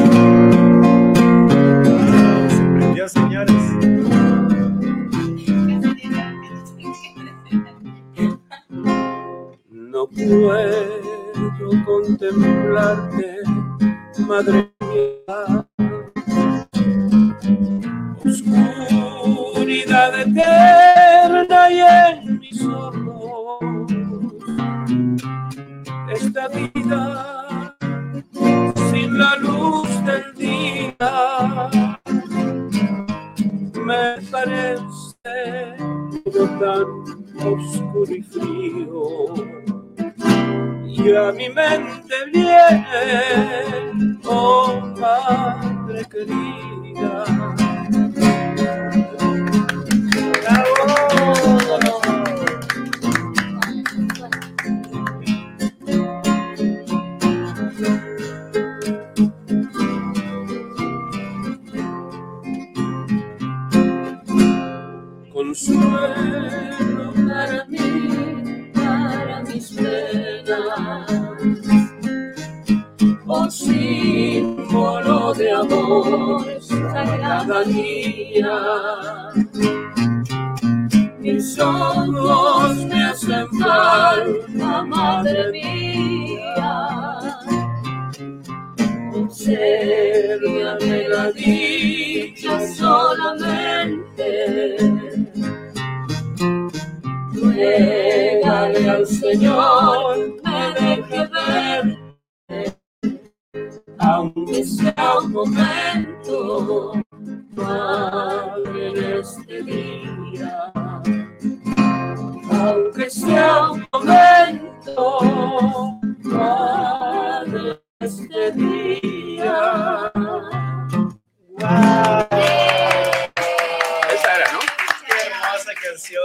Se prendió, señores. No puedo contemplarte, madre mía. Oscuridad eterna y en mis ojos. Esta vida sin la luz del día me parece todo tan oscuro y frío. Y a mi mente viene, oh madre querida. ¡Bravo! consuelo para mí, para mis penas, oh símbolo de amor cada día. Mis ojos me hacen falta, madre mía. Obsérvame la dicha solamente. Ruégale al Señor me deje verte, aunque sea un momento, madre, en este día. Aunque sea un momento, madre, este día. ¡Wow! Esa era, ¿no? ¡Qué hermosa canción!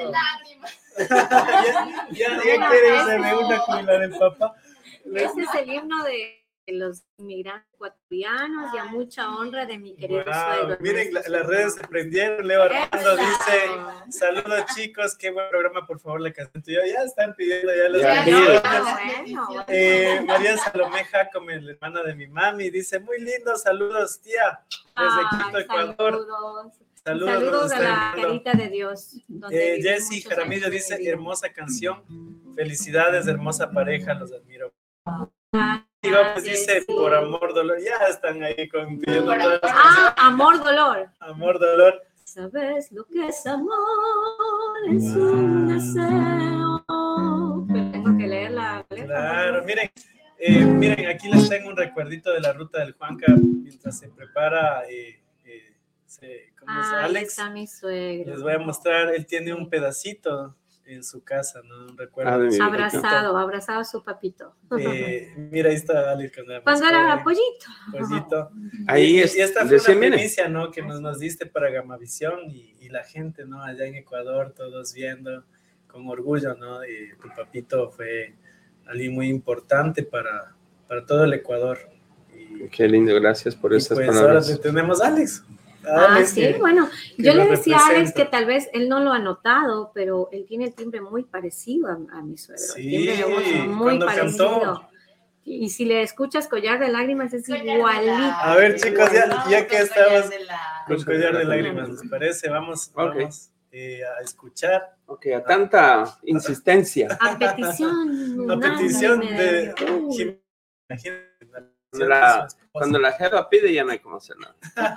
ya, ya, ya quiere irse una con la del papá. Ese es el himno de los inmigrantes ecuatorianos y a mucha honra de mi querido Wow, suegro. miren, la, las redes se prendieron. Leo Armando dice: saludos chicos, qué buen programa, por favor la canción tuya. Ya están pidiendo ya los Ya, canciones. Bueno, eh, María Salomé Jacome, la hermana de mi mami, dice: muy lindo, saludos tía, desde Quito, ay, Ecuador. Saludos. Saludos, Saludos a la Rosendo. carita de Dios. donde Eh, viví Jessy muchos Jaramillo años de dice: mi vida. hermosa canción, felicidades, hermosa pareja, los admiro. Ah, Y Gómez dice: Jessy. por amor, dolor. Ya están ahí con pidiendo todas las Ah, amor, dolor. amor, dolor. ¿Sabes lo que es amor? Es un deseo. Pero tengo que leer la letra. Claro, miren, eh, miren, aquí les tengo un recuerdito de la ruta del Juanca mientras se prepara. Eh, eh, se, ¿cómo es? Ah, ahí Alex, está mi suegro. les voy a mostrar. Él tiene un pedacito en su casa, ¿no? Un recuerdo. Ah, de de su mi- Abrazado, abrazado a su papito. Eh, mira, ahí está Alex cuando era más Cuando era joven, pollito. pollito. Ahí y, es, y esta fue recién una viene. primicia, ¿no? Que nos, nos diste para Gamavisión y, y la gente, ¿no? Allá en Ecuador, todos viendo con orgullo, ¿no? Y tu papito fue alguien muy importante para, para todo el Ecuador. Y, Qué lindo, gracias por y esas pues ahora palabras. te tenemos a Alex. A Ah, Alex sí, que- bueno, que yo le nos decía a Alex representa. que tal vez él no lo ha notado, pero él tiene el timbre muy parecido a, a mi suegro. Sí, el timbre de voz es muy cuando parecido. cantó. Y, y si le escuchas Collar de Lágrimas es igualito. A ver, chicos, ya, ya que estamos de la... con collar de lágrimas, ¿les parece? Vamos, Ok. vamos eh, a escuchar. Ok, a tanta insistencia. A petición. A petición unánime de Uy. Jim- imagínate, la petición Cuando de la, su esposa. cuando la jefa pide ya no hay como hacer nada.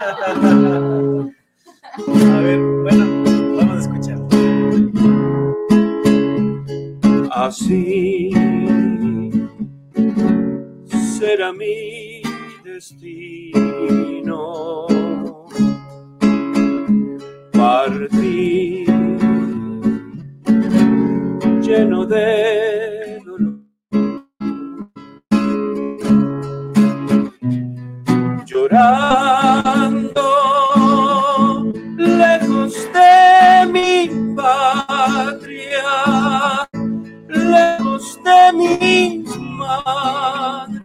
A ver, bueno, vamos a escuchar. Así será mi destino, partir lleno de dolor, llorando lejos de mi patria, lejos de mi madre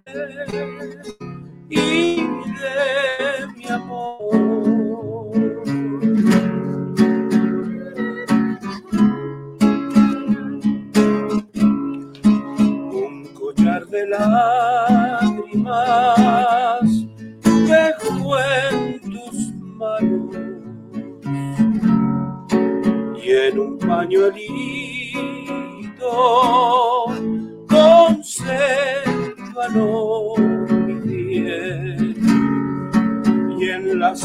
y de mi amor. Un collar de lágrimas dejo en tus manos y en un pañuelito consérvalo mi bien, y en las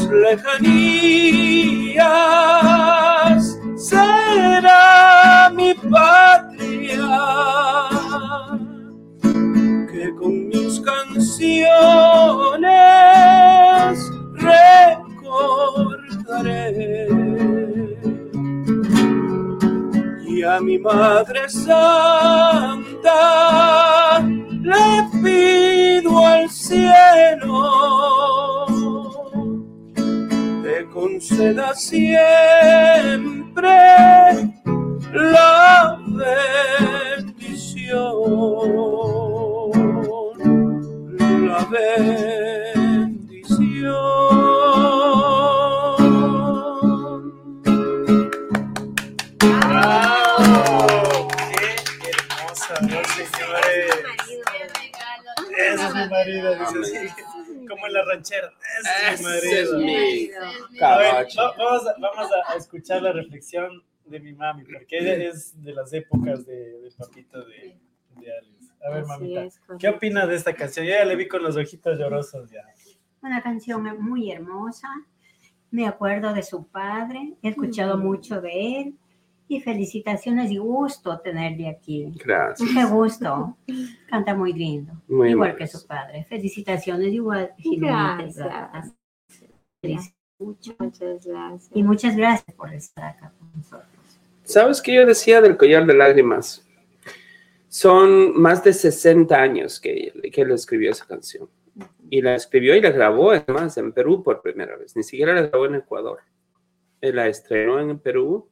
lejanías será mi patria, que con mis canciones recordaré. Y a mi Madre Santa le pido al cielo te conceda siempre la bendición, la bendición. ranchero. Ese es mi Ese es marido. mi A ver, cabacho. va- vamos, a, vamos a escuchar la reflexión de mi mami, porque ella es de las épocas de, de papito de, de Alex. A ver, Así mamita, es, correcto. ¿qué opina de esta canción? Yo ya le vi con los ojitos llorosos ya. Una canción muy hermosa. Me acuerdo de su padre. He escuchado Mm. mucho de él. Y felicitaciones y gusto tenerle aquí. Gracias. Qué gusto. Canta muy lindo. Muy igual amable. que su padre. Felicitaciones igual. Jiménez, Gracias. Feliz mucho. Muchas gracias. Y muchas gracias por estar acá con nosotros. ¿Sabes qué yo decía del collar de lágrimas? Son más de sesenta años que, que él escribió esa canción. Y la escribió y la grabó, además, en Perú por primera vez. Ni siquiera la grabó en Ecuador. Él la estrenó en Perú.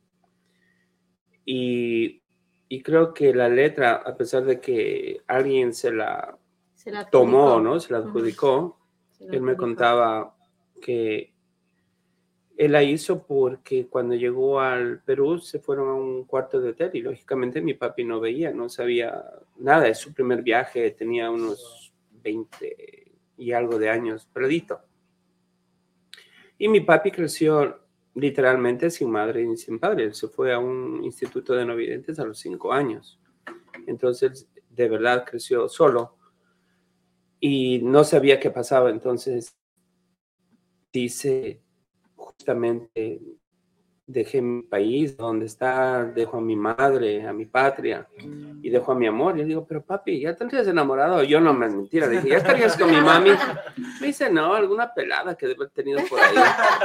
Y, y creo que la letra, a pesar de que alguien se la Se la tomó, adjudicó. ¿no? Se la adjudicó. Se la Él me adjudicó. contaba que él la hizo porque cuando llegó al Perú se fueron a un cuarto de hotel y lógicamente mi papi no veía, no sabía nada. Es su primer viaje, tenía unos veinte y algo de años, perdito. Y mi papi creció literalmente sin madre ni sin padre. Él se fue a un instituto de no videntes a los cinco años. Entonces, de verdad, creció solo y no sabía qué pasaba. Entonces, dice, justamente, dejé mi país, donde está, dejo a mi madre, a mi patria, y dejo a mi amor. Yo digo, pero papi, ¿ya te habrías enamorado? Yo no, me mentira. Le dije, ¿ya estarías con mi mami? Me dice, no, alguna pelada que debe haber tenido por ahí.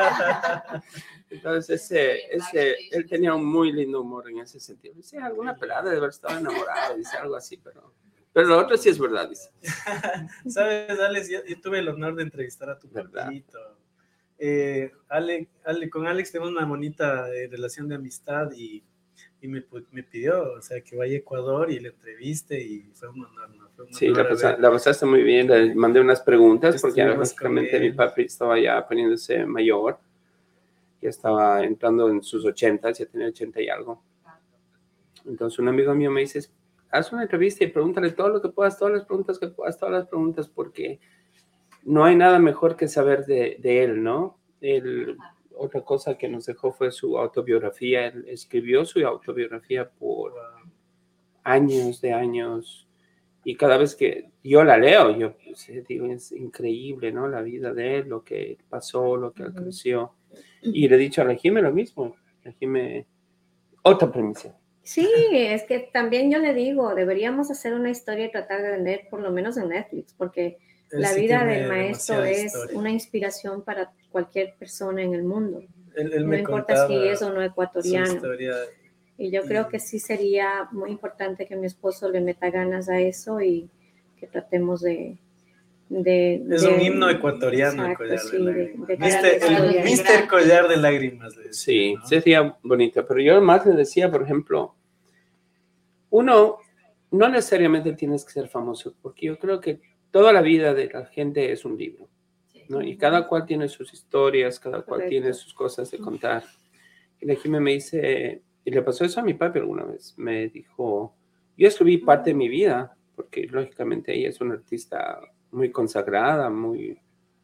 Entonces, ese, ese, él tenía un muy lindo humor en ese sentido. Dice, alguna pelada debe haber estado enamorada, dice algo así, pero... Pero lo otro sí es verdad, dice. ¿Sabes, Alex? Yo, yo tuve el honor de entrevistar a tu ¿Verdad? papito. Eh, Ale, Ale, con Alex tenemos una bonita eh, relación de amistad y, y me, pu- me pidió, o sea, que vaya a Ecuador y le entreviste y fue un honor, ¿no? Fue un Sí, honor la, pasa- haber- la pasaste muy bien. Le mandé unas preguntas porque Estuvimos lógicamente con mi él. papi estaba ya poniéndose mayor. Ya estaba entrando en sus ochentas, ya tenía ochenta y algo. Entonces un amigo mío me dice, haz una entrevista y pregúntale todo lo que puedas, todas las preguntas que puedas, todas las preguntas, porque no hay nada mejor que saber de, de él, ¿no? Él, otra cosa que nos dejó fue su autobiografía. Él escribió su autobiografía por años de años. Y cada vez que yo la leo, yo pues, digo, es increíble, ¿no? La vida de él, lo que pasó, lo que él creció. Y le he dicho a la Jime lo mismo. La Jime, otra premisa. Sí, es que también yo le digo, deberíamos hacer una historia y tratar de vender por lo menos en Netflix, porque Él la sí vida tiene del maestro demasiada es historia. una inspiración para cualquier persona en el mundo. Él, él No me importa contaba si es o no su ecuatoriano. historia. Y yo creo que sí sería muy importante que mi esposo le meta ganas a eso y que tratemos de... de Es de- un himno ecuatoriano, Exacto, el collar sí, de de- lágrimas. de cara a Mister, la historia. el mister Collar de Lágrimas. Le decía, Sí, ¿no? sería bonito. Pero yo además le decía, por ejemplo, uno, no necesariamente tienes que ser famoso, porque yo creo que toda la vida de la gente es un libro, ¿no? Y cada cual tiene sus historias, cada cual Correcto. tiene sus cosas de contar. Y la Jime me dice, y le pasó eso a mi papi alguna vez, me dijo, yo escribí parte de mi vida, porque lógicamente ella es una artista muy consagrada, muy...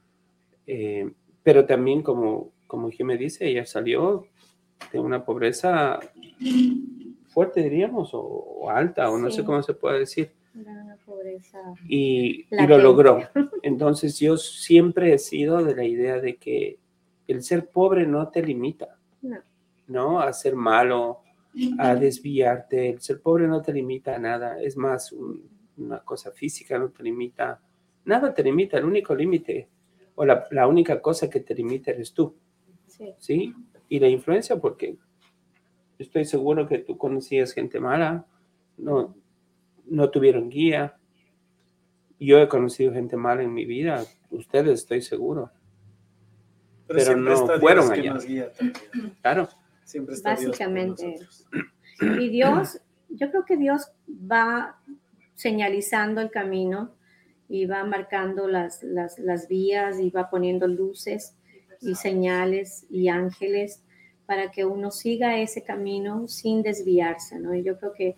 eh, pero también, como, como Jime dice, ella salió de una pobreza fuerte, diríamos, o, o alta, o no Sí. sé cómo se puede decir, Una pobreza. y, y lo Latente. logró. Entonces yo siempre he sido de la idea de que el ser pobre no te limita, No. ¿no? A ser malo, a desviarte. El ser pobre no te limita a nada. Es más, un- una cosa física no te limita. Nada te limita. El único límite o la, la única cosa que te limita eres tú, Sí. ¿sí? Y la influencia, porque estoy seguro que tú conocías gente mala, no, no tuvieron guía. Yo he conocido gente mala en mi vida, ustedes estoy seguro, Pero, pero siempre no está fueron Dios que allá. nos guía también. Claro. Siempre está Dios por Básicamente. nosotros. Y Dios, yo creo que Dios va señalizando el camino y va marcando las, las, las vías y va poniendo luces y señales y ángeles para que uno siga ese camino sin desviarse, ¿no? Y yo creo que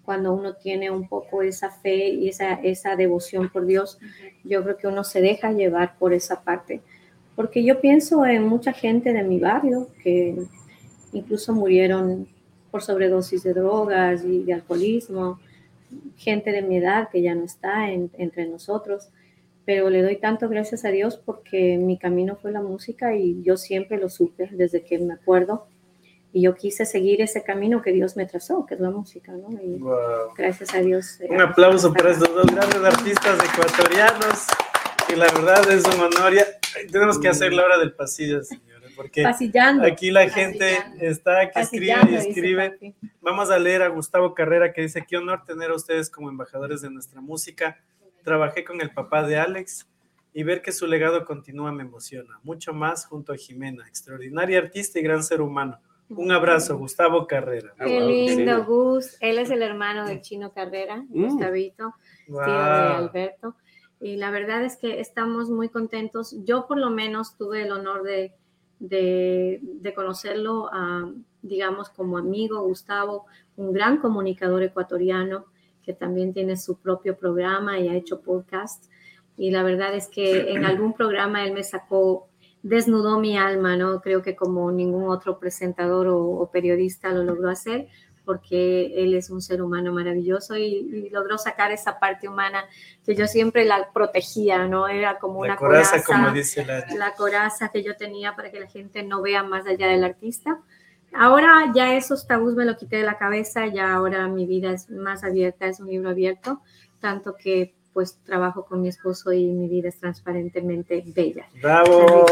cuando uno tiene un poco esa fe y esa, esa devoción por Dios, yo creo que uno se deja llevar por esa parte. Porque yo pienso en mucha gente de mi barrio que incluso murieron por sobredosis de drogas y de alcoholismo, gente de mi edad que ya no está en, entre nosotros, pero le doy tanto gracias a Dios porque mi camino fue la música y yo siempre lo supe desde que me acuerdo. Y yo quise seguir ese camino que Dios me trazó, que es la música, ¿no? Y wow. Gracias a Dios. Eh, un aplauso para estos dos grandes artistas ecuatorianos, que la verdad es un honor. Ya, tenemos que hacer la hora del pasillo, señores, porque Pasillando. Aquí la gente Pasillando. está que escribe y escribe. Vamos a leer a Gustavo Carrera, que dice: qué honor tener a ustedes como embajadores de nuestra música. Trabajé con el papá de Alex y ver que su legado continúa me emociona. Mucho más junto a Jimena, extraordinaria artista y gran ser humano. Un abrazo, Gustavo Carrera. Qué lindo, Gus. Él es el hermano del Chino Carrera, mm. Gustavito, wow. tío de Alberto. Y la verdad es que estamos muy contentos. Yo por lo menos tuve el honor de, de, de conocerlo, uh, digamos, como amigo, Gustavo, un gran comunicador ecuatoriano que también tiene su propio programa y ha hecho podcast. Y la verdad es que en algún programa él me sacó... desnudó mi alma, ¿no? Creo que como ningún otro presentador o, o periodista lo logró hacer, porque él es un ser humano maravilloso y, y logró sacar esa parte humana que yo siempre la protegía, ¿no? Era como una la coraza, coraza, como dice la... la coraza que yo tenía para que la gente no vea más allá del artista. Ahora ya esos tabús me lo quité de la cabeza, ya ahora mi vida es más abierta, es un libro abierto, tanto que pues trabajo con mi esposo y mi vida es transparentemente bella. ¡Bravo!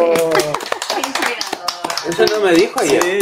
Eso no me dijo ayer. Sí.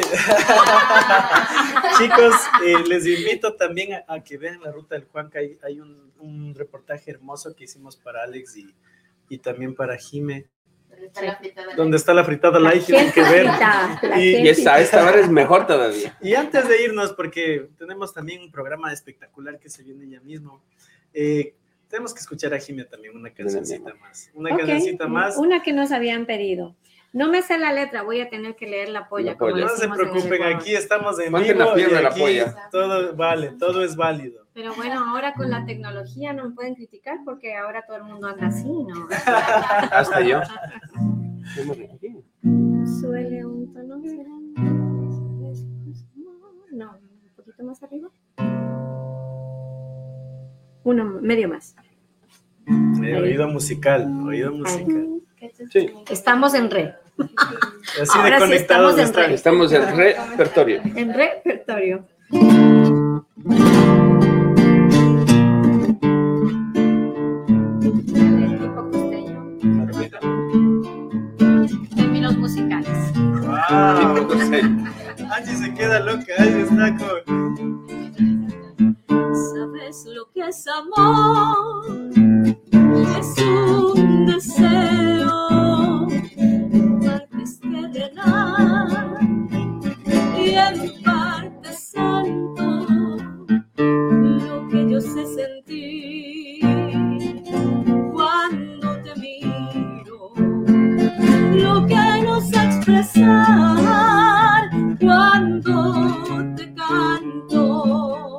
Chicos, eh, les invito también a, a que vean La Ruta del Juanca. Hay, hay un, un reportaje hermoso que hicimos para Alex y, y también para Jime. ¿Dónde está la fritada? Donde está la fritada la light, tienen que ver. Y, y esta, esta hora es mejor todavía. Y antes de irnos, porque tenemos también un programa espectacular que se viene ya mismo, eh, tenemos que escuchar a Jime también una cancioncita más. Una okay. cancioncita más. Una que nos habían pedido. No me sé la letra, voy a tener que leer la polla. La polla. Como no se preocupen, aquí estamos en Ponte vivo la pierna y la aquí polla. todo vale, todo es válido. Pero bueno, ahora con la tecnología no me pueden criticar porque ahora todo el mundo anda así, ¿no? Hasta yo. Suele un tono. No, un poquito más arriba. Uno, medio más. Eh, oído musical, oído musical. Sí. Estamos en re. Así Ahora de conectados sí estamos, en re. estamos en repertorio. En repertorio. Términos musicales. Wow. Angie se queda loca, Angie está con... ¿Sabes lo que es amor? Es un deseo, en parte es terrenal y en parte santo, lo que yo sé sentir cuando te miro, lo que no sé expresar cuando te canto.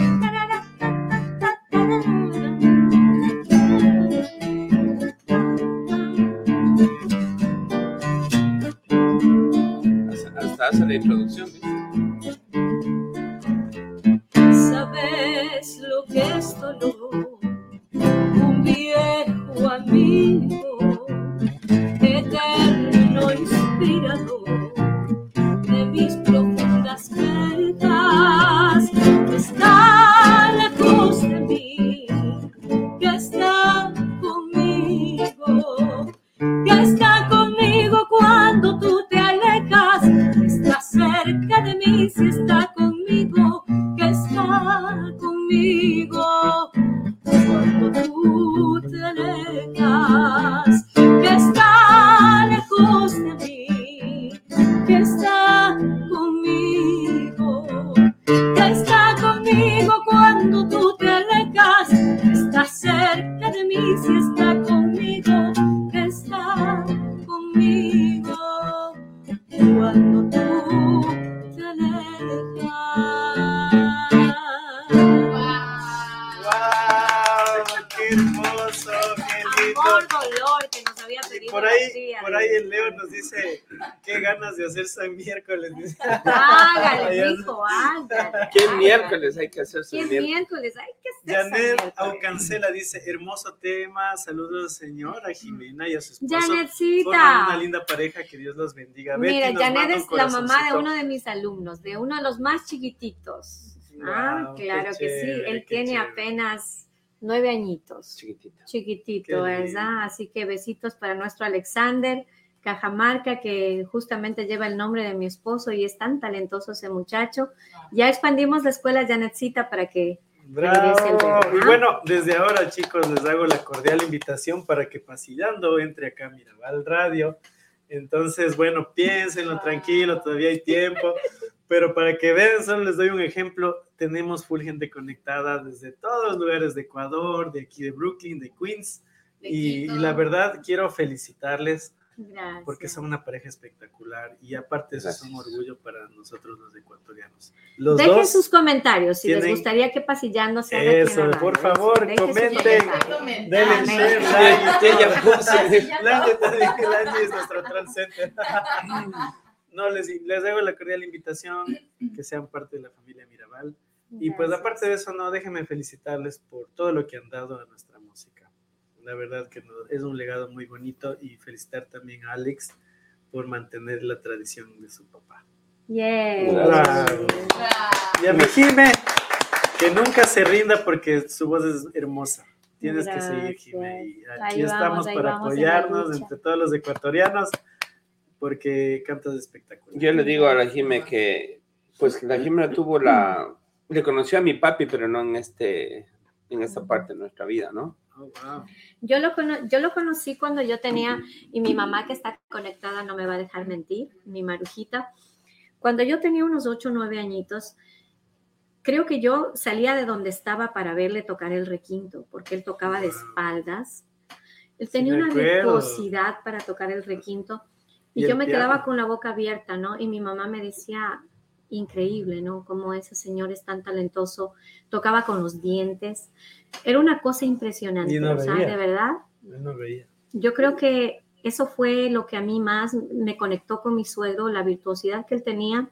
Hace la introducción. ¿Sabes lo que es dolor? Un viejo amigo, eterno inspirador de mis profundas heridas, que está lejos de mí, que está conmigo, que está conmigo cuando tú te alejas, que está cerca de mí si está conmigo, que está conmigo el Leo nos dice, qué ganas de hacer San Miércoles. Dice. Hágale, hijo, hágale. ¿Qué miércoles hay que hacer San ¿Qué Miércoles? miércoles hay que hacer? Janet Aucancela dice, hermoso tema, saludos señora Jimena y a su esposo. Janetcita. Forman una linda pareja, que Dios los bendiga. Mira, Betty nos Janet manda un es la mamá de corazoncito. uno de mis alumnos, de uno de los más chiquititos. Wow, Ah, claro qué que sí, chévere, él qué tiene chévere. apenas nueve añitos. Chiquitito. Chiquitito, Qué ¿verdad? Así que besitos para nuestro Alexander Cajamarca, que justamente lleva el nombre de mi esposo y es tan talentoso ese muchacho. Ya expandimos la escuela Janetcita para que regrese el Bravo. bebé, Y ¿ah? bueno, desde ahora, chicos, les hago la cordial invitación para que Pasillando entre acá a Mirabal Radio. Entonces, bueno, piénsenlo tranquilo, todavía hay tiempo. Pero para que vean, solo les doy un ejemplo. Tenemos full gente conectada desde todos los lugares de Ecuador, de aquí de Brooklyn, de Queens. De Y, y Quito. la verdad, quiero felicitarles Gracias. porque son una pareja espectacular. Y aparte, eso es un Gracias. orgullo para nosotros los ecuatorianos. Los Dejen dos, sus comentarios si les tienen- gustaría que Pasillando se haga aquí en eso, la por radio. favor, Dejen sus comenten. comentarios. denle Amén. share, Sí, like. ella puso. Lange también, Lange es nuestro transcenter. No, les, les hago la cordial invitación que sean parte de la familia Mirabal. Y pues Gracias. aparte de eso, no, déjenme felicitarles por todo lo que han dado a nuestra música. La verdad que no, es un legado muy bonito y felicitar también a Alex por mantener la tradición de su papá. Yes. Bravo. Y a mi Jime, que nunca se rinda porque su voz es hermosa. Tienes que seguir, Gracias. Jime. Y aquí Ahí vamos, estamos ahí para vamos en la apoyarnos lucha. entre todos los ecuatorianos porque cantas espectacular. Yo le digo a la Jime que, pues, que la Jime tuvo la... Le conoció a mi papi, pero no en este en esta parte de nuestra vida, ¿no? Oh, wow. Yo lo, cono- yo lo conocí cuando yo tenía, y mi mamá que está conectada no me va a dejar mentir, mi marujita, cuando yo tenía unos ocho o nueve añitos, creo que yo salía de donde estaba para verle tocar el requinto, porque él tocaba de Wow. espaldas. Él Sí, tenía me una acuerdo. virtuosidad para tocar el requinto, y, Y yo el me piano. quedaba con la boca abierta, ¿no? Y mi mamá me decía, increíble, ¿no? Como ese señor es tan talentoso, tocaba con los dientes. Era una cosa impresionante, Y no o sea, veía. de verdad. Yo no veía. Yo creo que eso fue lo que a mí más me conectó con mi suegro, la virtuosidad que él tenía.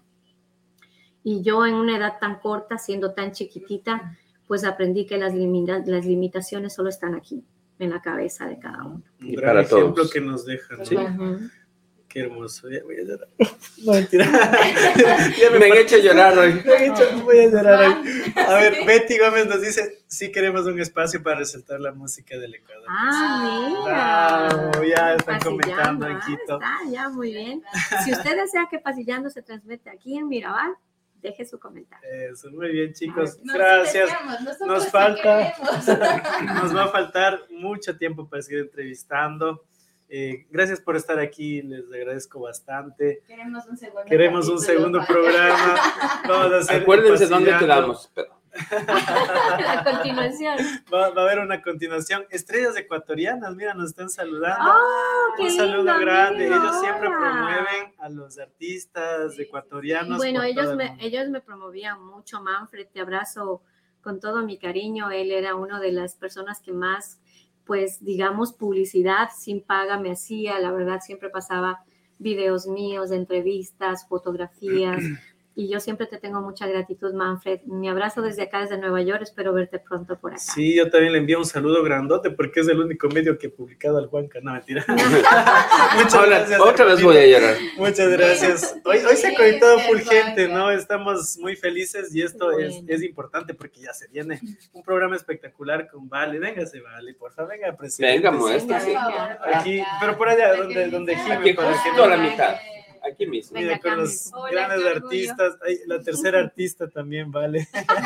Y yo en una edad tan corta, siendo tan chiquitita, pues aprendí que las, limita- las limitaciones solo están aquí, en la cabeza de cada uno. Un Y gran para ejemplo todos. que nos dejan. Sí. Ujú. Qué hermoso. Ya voy a llorar. No, mentira. Ya Me han hecho llorar hoy. Me han hecho- voy a llorar hoy. A ver, Betty Gómez nos dice, sí queremos un espacio para resaltar la música del Ecuador. Ah, mira. Bravo, ya están Pasillando, comentando en ah, Quito. Está, ya, muy bien. Si usted desea que Pasillando se transmite aquí en Mirabal, deje su comentario. Eso, muy bien, chicos. Nos Gracias. deseamos, nosotros Nos te falta- queremos. Nos va a faltar mucho tiempo para seguir entrevistando. Eh, gracias por estar aquí, les agradezco bastante. Queremos un segundo Queremos un capítulo, segundo pa. programa. Vamos a hacer Acuérdense dónde Pasillando. quedamos. Pero... A continuación. Va, va a haber una continuación. Estrellas ecuatorianas, mira, nos están saludando. ¡Oh, qué Un saludo lindo, grande. amigo! Ellos siempre Hola. promueven a los artistas ecuatorianos. Bueno, por ellos todo el me, mundo. ellos me promovían mucho, Manfred, te abrazo con todo mi cariño. Él era una de las personas que más, pues, digamos, publicidad sin paga me hacía. La verdad, siempre pasaba videos míos, entrevistas, fotografías. Y yo siempre te tengo mucha gratitud, Manfred. Mi abrazo desde acá, desde Nueva York. Espero verte pronto por acá. Sí, yo también le envío un saludo grandote porque es el único medio que he publicado al Juanca. No, mentira. Muchas Hola, gracias. otra vez Arturo. voy a llorar. Muchas gracias. Hoy, hoy se ha conectado full gente, ¿no? Estamos muy felices y esto Qué es, bueno. es importante porque ya se viene un programa espectacular con Vale. Véngase, Vale, por favor, venga, presidente. Venga, muestra. Venga, Por venga. favor, por Aquí, acá. pero por allá, Para donde, que donde dice- Jimmy, Aquí para que justo a la no- mitad. Aquí mismo. Venga, Mira, con acá, los mijo. Hola, grandes qué orgullo. artistas. Ay, la tercera artista también, Vale.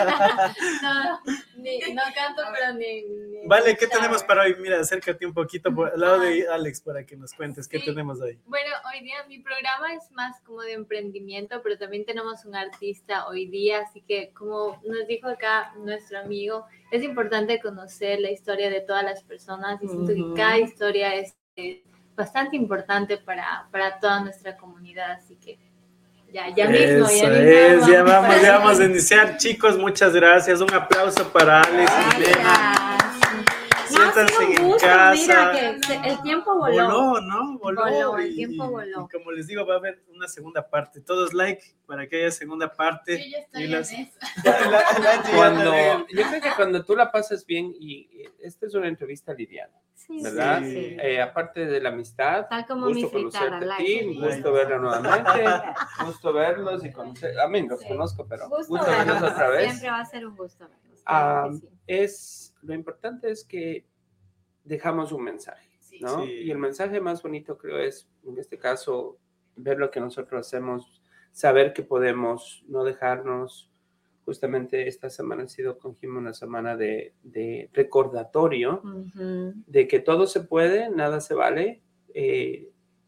No, ni, no canto, pero ni... ni Vale, ¿qué escuchar. tenemos para hoy? Mira, acércate un poquito por, al lado de Alex para que nos cuentes qué Sí. tenemos hoy. Bueno, hoy día mi programa es más como de emprendimiento, pero también tenemos un artista hoy día, así que como nos dijo acá nuestro amigo, es importante conocer la historia de todas las personas y siento Ujú. que cada historia es eh, bastante importante para, para toda nuestra comunidad, así que ya, ya mismo, Eso ya mismo. es, ya vamos, para- ya vamos a iniciar. Chicos, muchas gracias. Un aplauso para Alex y Elena. Gracias. siéntanse ha sido un en gusto, casa. mira que se- el tiempo voló. Voló, ¿no? Voló. Voló, el y- tiempo y- voló. Y como les digo, va a haber una segunda parte. Todos like para que haya segunda parte. Yo ya estoy Y en las- eso. La- la- la- Cuando, la- yo creo que cuando tú la pasas bien, y esta es una entrevista liviana, Sí, ¿verdad? sí, sí. Eh, aparte de la amistad, Tal como mi gusto fritada, conocerte a like. ti, gusto verlo nuevamente, gusto verlos y conocer, a mí los Sí. conozco, pero Gusto gusto verlos verlos. otra vez. Siempre va a ser un gusto verlos. Ah, claro que sí. es, lo importante es que dejamos un mensaje, Sí. ¿no? Sí. Y el mensaje más bonito creo es, en este caso, ver lo que nosotros hacemos, saber que podemos no dejarnos. Justamente esta semana ha sido con Jim una semana de, de recordatorio Ujú. de que todo se puede, nada se vale. Eh,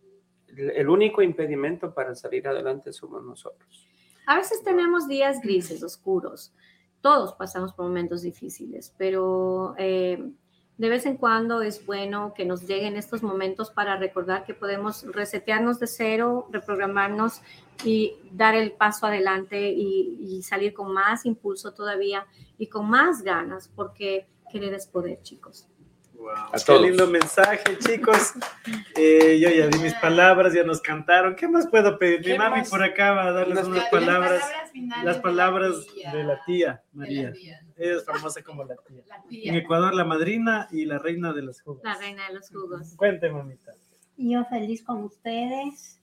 el, el único impedimento para salir adelante somos nosotros. A veces tenemos días grises, oscuros. Todos pasamos por momentos difíciles, pero eh, de vez en cuando es bueno que nos lleguen estos momentos para recordar que podemos resetearnos de cero, reprogramarnos y dar el paso adelante y, y salir con más impulso todavía y con más ganas, porque querer es poder, chicos. Wow, A qué todos. lindo mensaje, chicos. Eh, yo ya di mis palabras, ya nos cantaron. ¿Qué más puedo pedir? Mi ¿Qué mami más? por acá va a darles Las- unas Las palabras. finales Las de palabras la tía. de la tía De María. la tía. Ella es famosa como la tía. La En tía. Ecuador, la madrina y la reina de los jugos. La reina de los jugos. Cuente, mamita. Yo feliz con ustedes.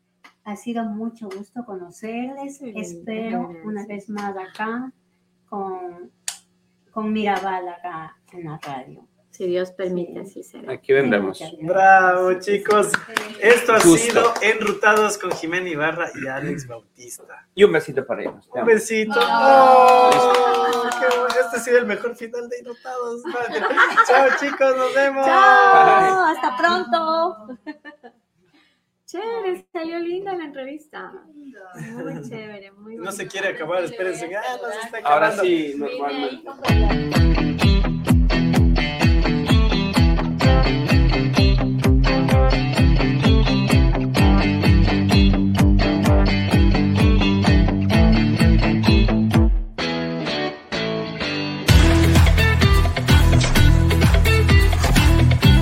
Ha sido mucho gusto conocerles. Qué lindo, Espero gracias. una vez más acá con, con Mirabal acá en la radio. Si Dios permite, Sí. así será. Aquí vendremos. Muchas gracias. Bravo, chicos. Esto ha Gusto. sido Enrutados con Jimena Ibarra y Alex Bautista. Y un besito para ellos. Te Un amo. besito. Oh. Oh, qué bueno. Este ha sido el mejor final de Enrutados. Chao, chicos. Nos vemos. ¡Chao! ¡Hasta pronto! Chévere, salió linda la entrevista. Muy chévere, muy No se bonita. quiere acabar. Espérense. Ah, no se está acabando. Ahora sí, nos Vine vamos. ahí con-